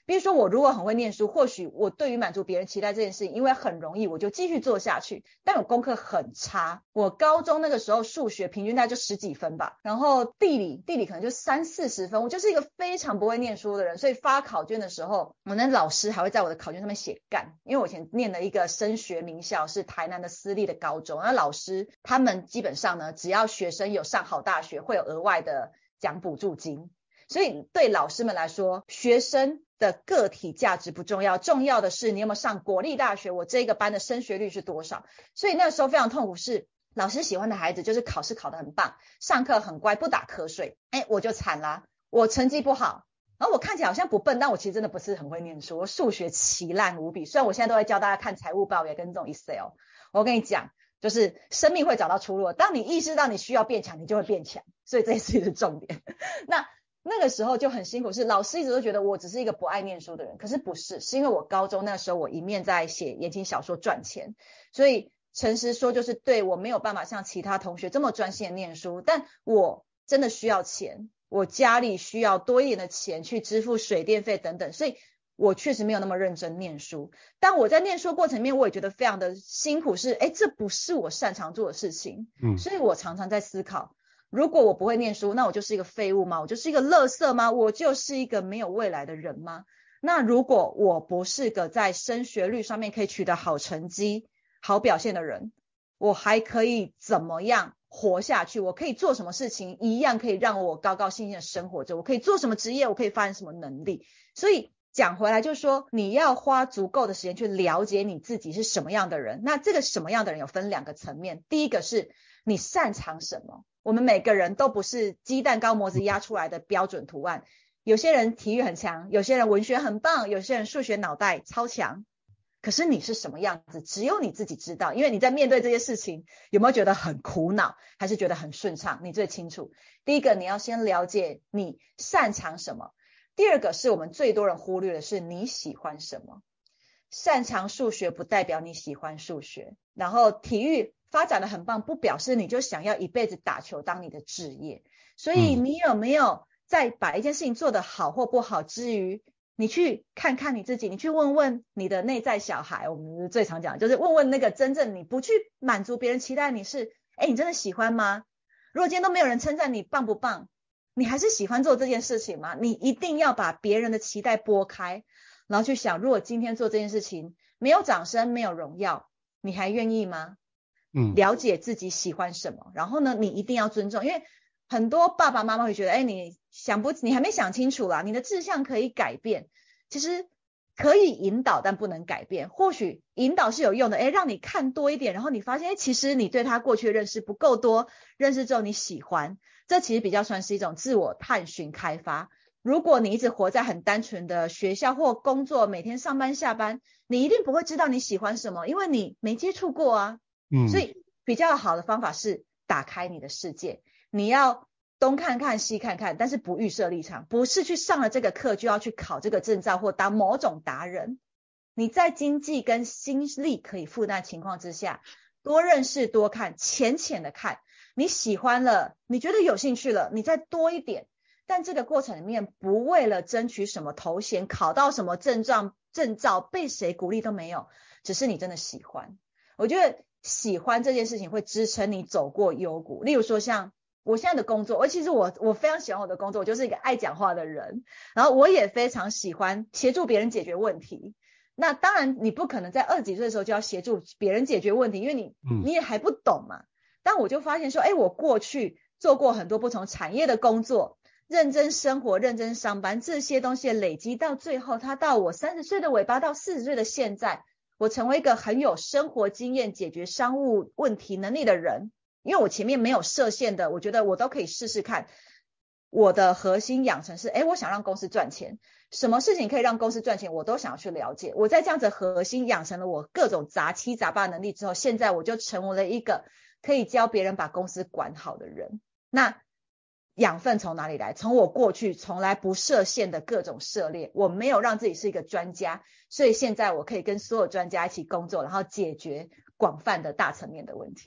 比如说我如果很会念书，或许我对于满足别人期待这件事情，因为很容易，我就继续做下去。但我功课很差，我高中那个时候数学平均大概就10几分吧，然后地理可能就30-40分，我就是一个非常不会念书的人。所以发考卷的时候，我那老师还会在我的考卷上面写干，因为我以前念了一个升学名校，是台南的私立的高中，那老师他们基本上呢，只要学生有上好大学，会有额外的奖补助金。所以对老师们来说，学生的个体价值不重要，重要的是你有没有上国立大学，我这个班的升学率是多少。所以那时候非常痛苦，是老师喜欢的孩子就是考试考得很棒，上课很乖，不打瞌睡，我就惨啦，我成绩不好，然后我看起来好像不笨，但我其实真的不是很会念书，我数学奇烂无比。虽然我现在都会教大家看财务报表跟这种 Excel， 我跟你讲，就是生命会找到出路，当你意识到你需要变强，你就会变强，所以这是重点。那个时候就很辛苦，是老师一直都觉得我只是一个不爱念书的人，可是不是，是因为我高中那时候我一面在写言情小说赚钱，所以诚实说就是对我没有办法像其他同学这么专心的念书，但我真的需要钱，我家里需要多一点的钱去支付水电费等等，所以我确实没有那么认真念书。但我在念书过程里面我也觉得非常的辛苦，是这不是我擅长做的事情，所以我常常在思考，如果我不会念书，那我就是一个废物吗？我就是一个垃圾吗？我就是一个没有未来的人吗？那如果我不是个在升学率上面可以取得好成绩、好表现的人，我还可以怎么样活下去？我可以做什么事情一样可以让我高高兴兴的生活着？我可以做什么职业？我可以发展什么能力？所以讲回来就是说，你要花足够的时间去了解你自己是什么样的人。那这个什么样的人有分2个层面，第一个是你擅长什么，我们每个人都不是鸡蛋糕模子压出来的标准图案，有些人体育很强，有些人文学很棒，有些人数学脑袋超强，可是你是什么样子只有你自己知道，因为你在面对这些事情有没有觉得很苦恼，还是觉得很顺畅，你最清楚。第一个你要先了解你擅长什么，第二个是我们最多人忽略的是你喜欢什么。擅长数学不代表你喜欢数学，然后体育发展的很棒不表示你就想要一辈子打球当你的职业。所以你有没有在把一件事情做得好或不好之余，你去看看你自己，你去问问你的内在小孩，我们最常讲就是问问那个真正你不去满足别人期待，你是你真的喜欢吗？如果今天都没有人称赞你棒不棒，你还是喜欢做这件事情吗？你一定要把别人的期待拨开，然后去想，如果今天做这件事情没有掌声没有荣耀，你还愿意吗？了解自己喜欢什么，然后呢你一定要尊重，因为很多爸爸妈妈会觉得你还没想清楚啦，你的志向可以改变，其实可以引导但不能改变。或许引导是有用的，让你看多一点，然后你发现其实你对他过去的认识不够多，认识之后你喜欢，这其实比较算是一种自我探寻开发。如果你一直活在很单纯的学校或工作，每天上班下班，你一定不会知道你喜欢什么，因为你没接触过啊。所以比较好的方法是打开你的世界，你要东看看西看看，但是不预设立场，不是去上了这个课就要去考这个证照或当某种达人。你在经济跟心力可以负担情况之下，多认识多看，浅浅的看，你喜欢了，你觉得有兴趣了，你再多一点。但这个过程里面不为了争取什么头衔，考到什么证照，被谁鼓励都没有，只是你真的喜欢。我觉得喜欢这件事情会支撑你走过幽谷。例如说像我现在的工作，其实我非常喜欢我的工作，我就是一个爱讲话的人，然后我也非常喜欢协助别人解决问题。那当然你不可能在20几岁的时候就要协助别人解决问题，因为你也还不懂嘛。但我就发现说我过去做过很多不同产业的工作，认真生活认真上班，这些东西累积到最后，它到我30岁的尾巴到40岁的现在，我成为一个很有生活经验解决商务问题能力的人。因为我前面没有设限的，我觉得我都可以试试看。我的核心养成是我想让公司赚钱，什么事情可以让公司赚钱我都想要去了解。我在这样子核心养成了我各种杂七杂八能力之后，现在我就成为了一个可以教别人把公司管好的人。那养分从哪里来？从我过去从来不设限的各种涉猎，我没有让自己是一个专家，所以现在我可以跟所有专家一起工作，然后解决广泛的大层面的问题。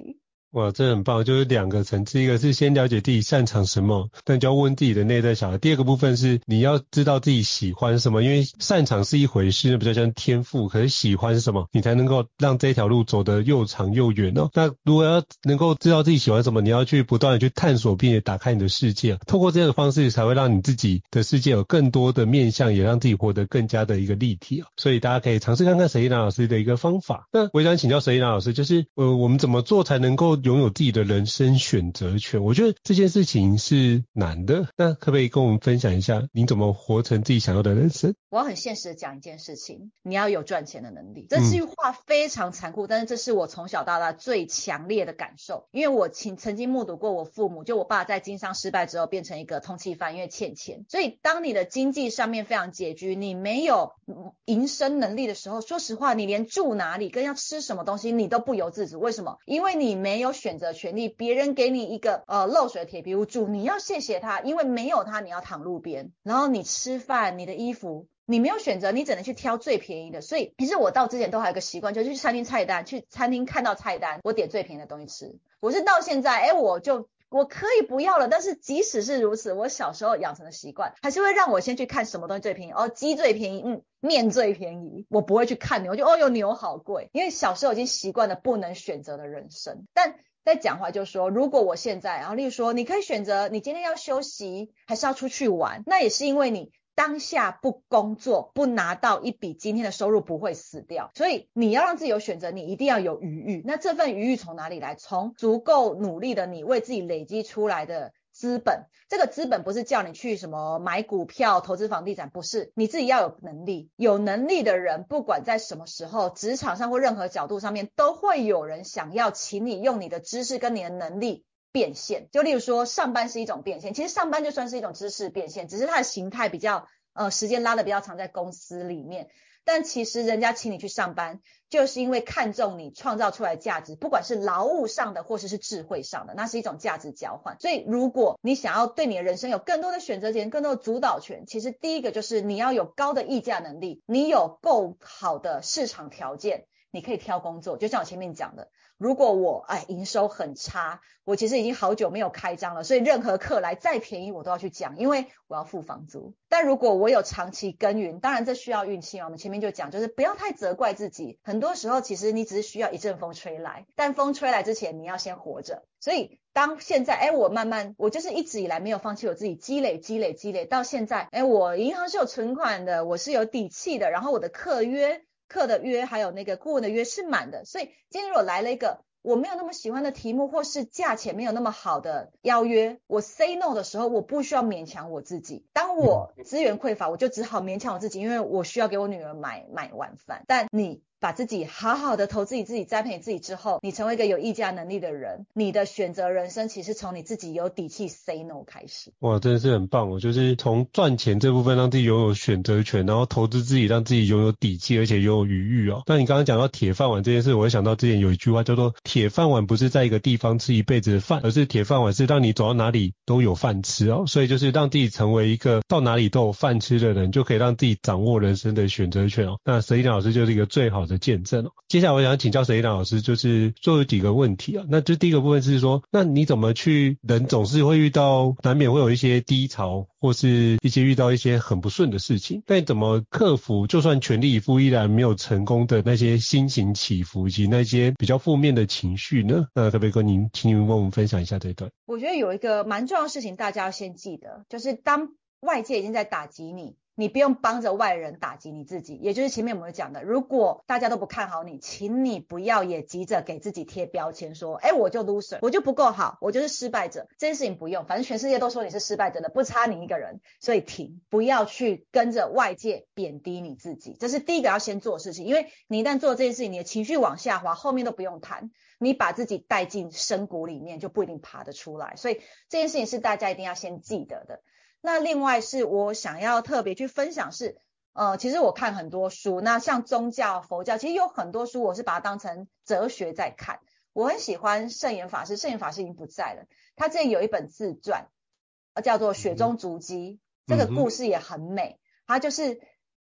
哇，这很棒，就是2个层次，一个是先了解自己擅长什么，但就要问自己的内在小孩。第二个部分是你要知道自己喜欢什么，因为擅长是一回事，比较像天赋，可是喜欢是什么，你才能够让这条路走得又长又远哦。那如果要能够知道自己喜欢什么，你要去不断的去探索，并且打开你的世界，透过这样的方式才会让你自己的世界有更多的面向，也让自己活得更加的一个立体哦。所以大家可以尝试看看Selina老师的一个方法。那我想请教Selina老师，就是我们怎么做才能够拥有自己的人生选择权？我觉得这件事情是难的，那可不可以跟我们分享一下你怎么活成自己想要的人生？ 我要很现实的讲一件事情，你要有赚钱的能力。这句话非常残酷，但是这是我从小到大最强烈的感受。因为我曾经目睹过我父母，就我爸在经商失败之后变成一个通缉犯，因为欠钱。所以当你的经济上面非常拮据，你没有营生能力的时候，说实话，你连住哪里跟要吃什么东西你都不由自主。为什么？因为你没有选择权利，别人给你一个漏水的铁皮屋住，你要谢谢他，因为没有他你要躺路边。然后你吃饭，你的衣服你没有选择，你只能去挑最便宜的。所以其实我到之前都还有一个习惯，就是去餐厅菜单，去餐厅看到菜单，我点最便宜的东西吃。我是到现在我可以不要了，但是即使是如此，我小时候养成的习惯还是会让我先去看什么东西最便宜。鸡最便宜，面最便宜，我不会去看牛，就牛好贵，因为小时候已经习惯了不能选择的人生。但在讲话就说，如果我现在，然后例如说你可以选择你今天要休息还是要出去玩，那也是因为你当下不工作，不拿到一笔今天的收入不会死掉，所以你要让自己有选择，你一定要有余裕。那这份余裕从哪里来？从足够努力的你为自己累积出来的资本。这个资本不是叫你去什么买股票投资房地产，不是，你自己要有能力。有能力的人不管在什么时候，职场上或任何角度上面，都会有人想要请你用你的知识跟你的能力变现。就例如说上班是一种变现，其实上班就算是一种知识变现，只是它的形态比较时间拉得比较长在公司里面。但其实人家请你去上班，就是因为看重你创造出来的价值，不管是劳务上的或是智慧上的，那是一种价值交换。所以如果你想要对你的人生有更多的选择权，更多的主导权，其实第一个就是你要有高的议价能力，你有够好的市场条件，你可以挑工作。就像我前面讲的，如果我营收很差，我其实已经好久没有开张了，所以任何课来再便宜我都要去讲，因为我要付房租。但如果我有长期耕耘，当然这需要运气，我们前面就讲，就是不要太责怪自己，很多时候其实你只是需要一阵风吹来，但风吹来之前你要先活着。所以当现在我就是一直以来没有放弃我自己，积累到现在，我银行是有存款的，我是有底气的，然后我的课的约还有那个顾问的约是满的。所以今天如果来了一个我没有那么喜欢的题目，或是价钱没有那么好的邀约，我 say no 的时候，我不需要勉强我自己。当我资源匮乏，我就只好勉强我自己，因为我需要给我女儿买晚饭。但你把自己好好的投资自己栽培自己之后，你成为一个有议价能力的人，你的选择人生其实从你自己有底气 say no 开始。 哇，真的是很棒哦！就是从赚钱这部分让自己拥有选择权，然后投资自己让自己拥有底气，而且拥有余裕哦。那你刚刚讲到铁饭碗这件事，我会想到之前有一句话叫做铁饭碗不是在一个地方吃一辈子的饭，而是铁饭碗是让你走到哪里都有饭吃哦。所以就是让自己成为一个到哪里都有饭吃的人，就可以让自己掌握人生的选择权哦。那Selina老师就是一个最好的见证哦。接下来我想请教Selina老师，就是最后几个问题啊。那就第一个部分是说，那你怎么去，人总是会遇到，难免会有一些低潮，或是遇到一些很不顺的事情，但怎么克服就算全力以赴依然没有成功的那些心情起伏，以及那些比较负面的情绪呢？那可不可以请您跟我们分享一下这一段？ 我觉得有一个蛮重要的事情大家要先记得，就是当外界已经在打击你不用帮着外人打击你自己。也就是前面我们讲的，如果大家都不看好你，请你不要也急着给自己贴标签说我就 loser， 我就不够好，我就是失败者。这件事情不用，反正全世界都说你是失败者的，不差你一个人。所以停，不要去跟着外界贬低你自己，这是第一个要先做的事情。因为你一旦做这件事情，你的情绪往下滑，后面都不用谈，你把自己带进深谷里面就不一定爬得出来。所以这件事情是大家一定要先记得的。那另外是我想要特别去分享是其实我看很多书，那像宗教佛教其实有很多书我是把它当成哲学在看。我很喜欢圣严法师已经不在了，他之前有一本自传叫做雪中足迹，这个故事也很美。他就是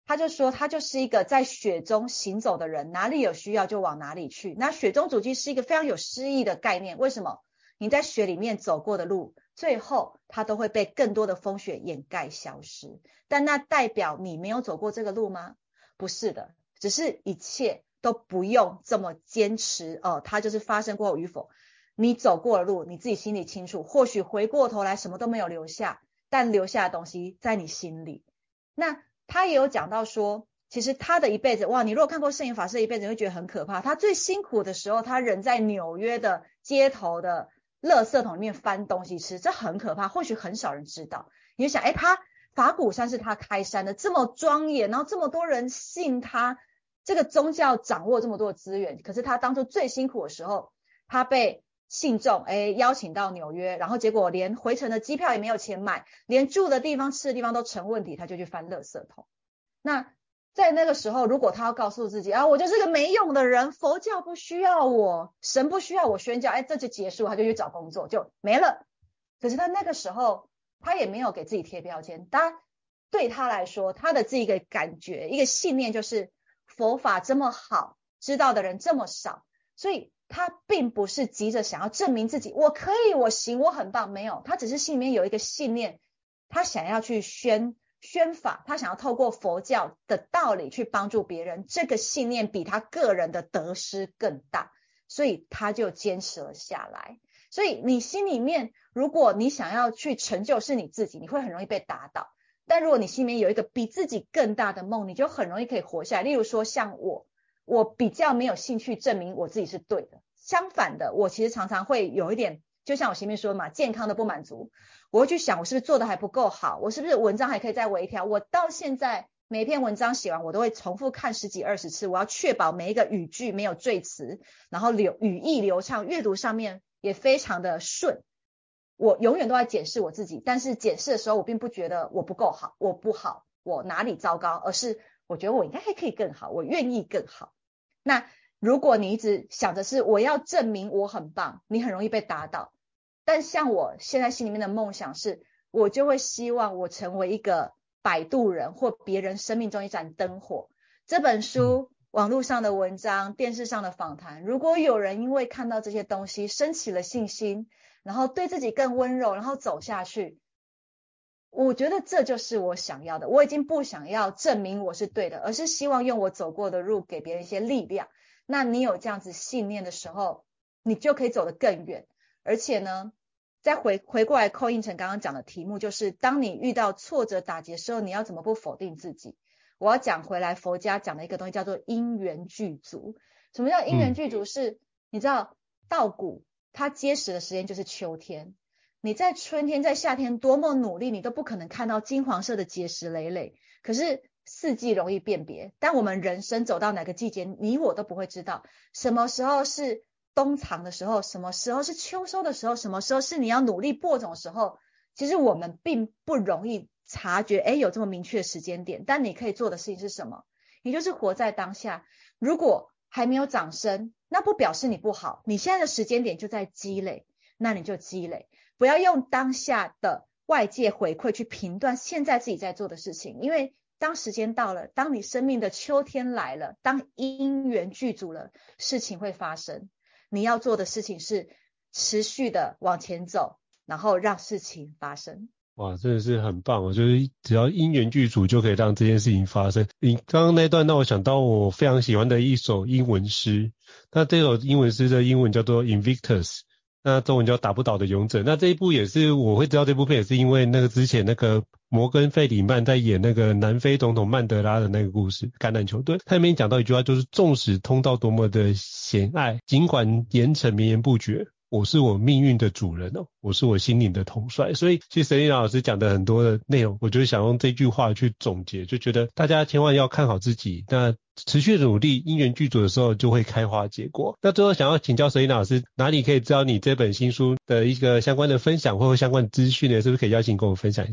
他就说他就是一个在雪中行走的人，哪里有需要就往哪里去。那雪中足迹是一个非常有诗意的概念，为什么？你在雪里面走过的路，最后它都会被更多的风雪掩盖消失，但那代表你没有走过这个路吗？不是的，只是一切都不用这么坚持它就是发生过与否，你走过的路你自己心里清楚，或许回过头来什么都没有留下，但留下的东西在你心里。那他也有讲到说，其实他的一辈子，哇，你如果看过圣严法师的一辈子，你会觉得很可怕。他最辛苦的时候，他人在纽约的街头的垃圾桶里面翻东西吃，这很可怕，或许很少人知道。你就想，他法鼓山是他开山的，这么庄严，然后这么多人信他，这个宗教掌握这么多的资源，可是他当初最辛苦的时候，他被信众邀请到纽约，然后结果连回程的机票也没有钱买，连住的地方吃的地方都成问题，他就去翻垃圾桶。那在那个时候，如果他要告诉自己我就是个没用的人，佛教不需要我，神不需要我宣教，这就结束，他就去找工作就没了。可是他那个时候他也没有给自己贴标签，对他来说，他的这个感觉一个信念就是佛法这么好，知道的人这么少，所以他并不是急着想要证明自己我可以我行我很棒，没有，他只是心里面有一个信念，他想要去宣法，他想要透过佛教的道理去帮助别人，这个信念比他个人的得失更大，所以他就坚持了下来。所以你心里面如果你想要去成就是你自己，你会很容易被打倒，但如果你心里面有一个比自己更大的梦，你就很容易可以活下来。例如说像我比较没有兴趣证明我自己是对的，相反的，我其实常常会有一点，就像我前面说嘛，健康的不满足，我会去想我是不是做的还不够好，我是不是文章还可以再微调。我到现在每篇文章写完我都会重复看10几20次，我要确保每一个语句没有赘词，然后语义流畅，阅读上面也非常的顺。我永远都在检视我自己，但是检视的时候我并不觉得我不够好，我不好，我哪里糟糕，而是我觉得我应该还可以更好，我愿意更好。那如果你一直想着是我要证明我很棒，你很容易被打倒。但像我现在心里面的梦想是，我就会希望我成为一个摆渡人，或别人生命中一盏灯火。这本书网络上的文章，电视上的访谈，如果有人因为看到这些东西升起了信心，然后对自己更温柔，然后走下去，我觉得这就是我想要的。我已经不想要证明我是对的，而是希望用我走过的路给别人一些力量。那你有这样子信念的时候，你就可以走得更远。而且呢，再回过来扣印成刚刚讲的题目，就是当你遇到挫折打击的时候，你要怎么不否定自己。我要讲回来佛家讲的一个东西叫做因缘具足。什么叫因缘具足？是你知道稻谷它结实的时间就是秋天，你在春天在夏天多么努力，你都不可能看到金黄色的结实累累。可是四季容易辨别，但我们人生走到哪个季节，你我都不会知道什么时候是冬藏的时候，什么时候是秋收的时候，什么时候是你要努力播种的时候。其实我们并不容易察觉有这么明确的时间点，但你可以做的事情是什么？你就是活在当下。如果还没有长生，那不表示你不好，你现在的时间点就在积累，那你就积累，不要用当下的外界回馈去评断现在自己在做的事情。因为当时间到了，当你生命的秋天来了，当因缘具足了，事情会发生。你要做的事情是持续的往前走，然后让事情发生。 哇，真的是很棒，我觉得只要因缘具足就可以让这件事情发生。你刚刚那段让我想到我非常喜欢的一首英文诗，那这首英文诗的英文叫做 Invictus， 那中文叫打不倒的勇者。那这一部也是我会知道这部片，也是因为那个之前那个摩根费里曼在演那个南非总统曼德拉的那个故事，橄榄球队，他里面讲到一句话，就是纵使通道多么的险隘，尽管严惩绵延不绝，我是我命运的主人哦，我是我心灵的统帅。所以其实Selina老师讲的很多的内容，我就是想用这句话去总结，就觉得大家千万要看好自己，那持续的努力，因缘具足的时候就会开花结果。那最后想要请教Selina老师，哪里可以知道你这本新书的一个相关的分享或相关的资讯呢？是不是可以邀请跟我们分享一下？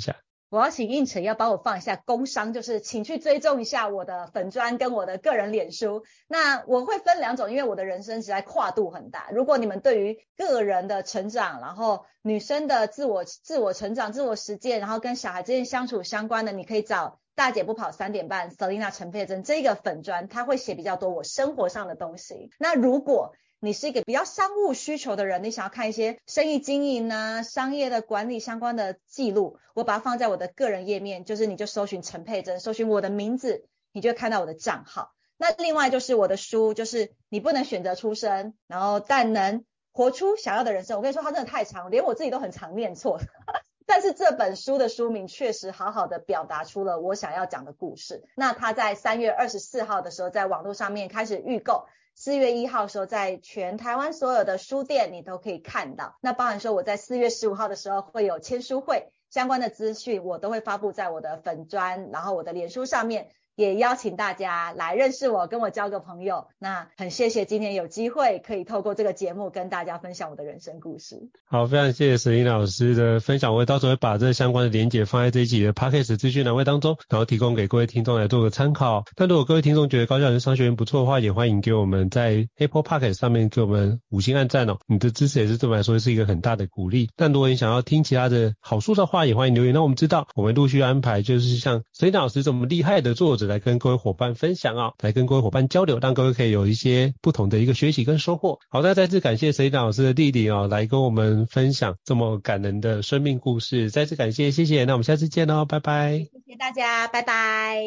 我要请应成要帮我放一下工商，就是请去追踪一下我的粉专跟我的个人脸书。那我会分2种，因为我的人生实在跨度很大。如果你们对于个人的成长，然后女生的自我成长、自我实践，然后跟小孩之间相处相关的，你可以找大姐不跑3点半 Selina 陈佩珍这个粉专，他会写比较多我生活上的东西。那如果你是一个比较商务需求的人，你想要看一些生意经营啊、商业的管理相关的记录，我把它放在我的个人页面，就是你就搜寻陈佩珍，搜寻我的名字，你就会看到我的账号。那另外就是我的书，就是你不能选择出身，然后但能活出想要的人生。我跟你说它真的太长，连我自己都很常念错但是这本书的书名确实好好的表达出了我想要讲的故事。那它在3月24号的时候在网络上面开始预购，4月1号的时候在全台湾所有的书店你都可以看到。那包含说我在4月15号的时候会有签书会，相关的资讯我都会发布在我的粉专，然后我的脸书上面，也邀请大家来认识我，跟我交个朋友。那很谢谢今天有机会可以透过这个节目跟大家分享我的人生故事。 好，非常谢谢Selina老师的分享，我会到时候会把这相关的连结放在这一集的 Podcast 资讯栏位当中，然后提供给各位听众来做个参考。但如果各位听众觉得高效人商学院不错的话，也欢迎给我们在 Apple Podcast 上面给我们5星按赞哦，你的支持也是对我们来说是一个很大的鼓励。但如果你想要听其他的好书的话，也欢迎留言让我们知道，我们陆续安排就是像Selina老师这么厉害的作者来跟各位伙伴分享啊，来跟各位伙伴交流，让各位可以有一些不同的一个学习跟收获。好，那再次感谢Selina老师的弟弟哦，来跟我们分享这么感人的生命故事，再次感谢，谢谢，那我们下次见哦，拜拜。 谢谢大家，拜拜。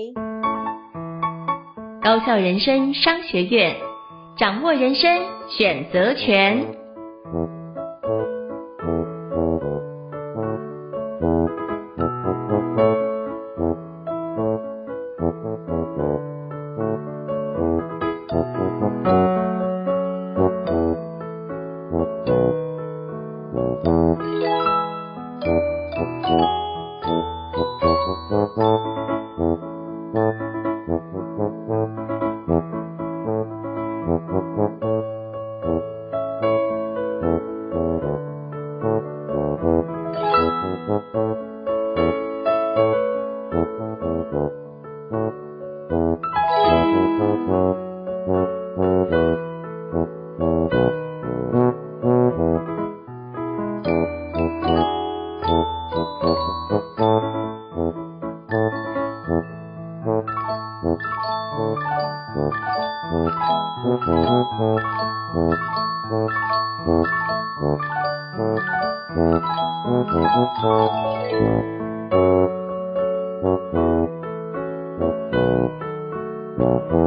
高效人生商学院，掌握人生选择权。 Thank you.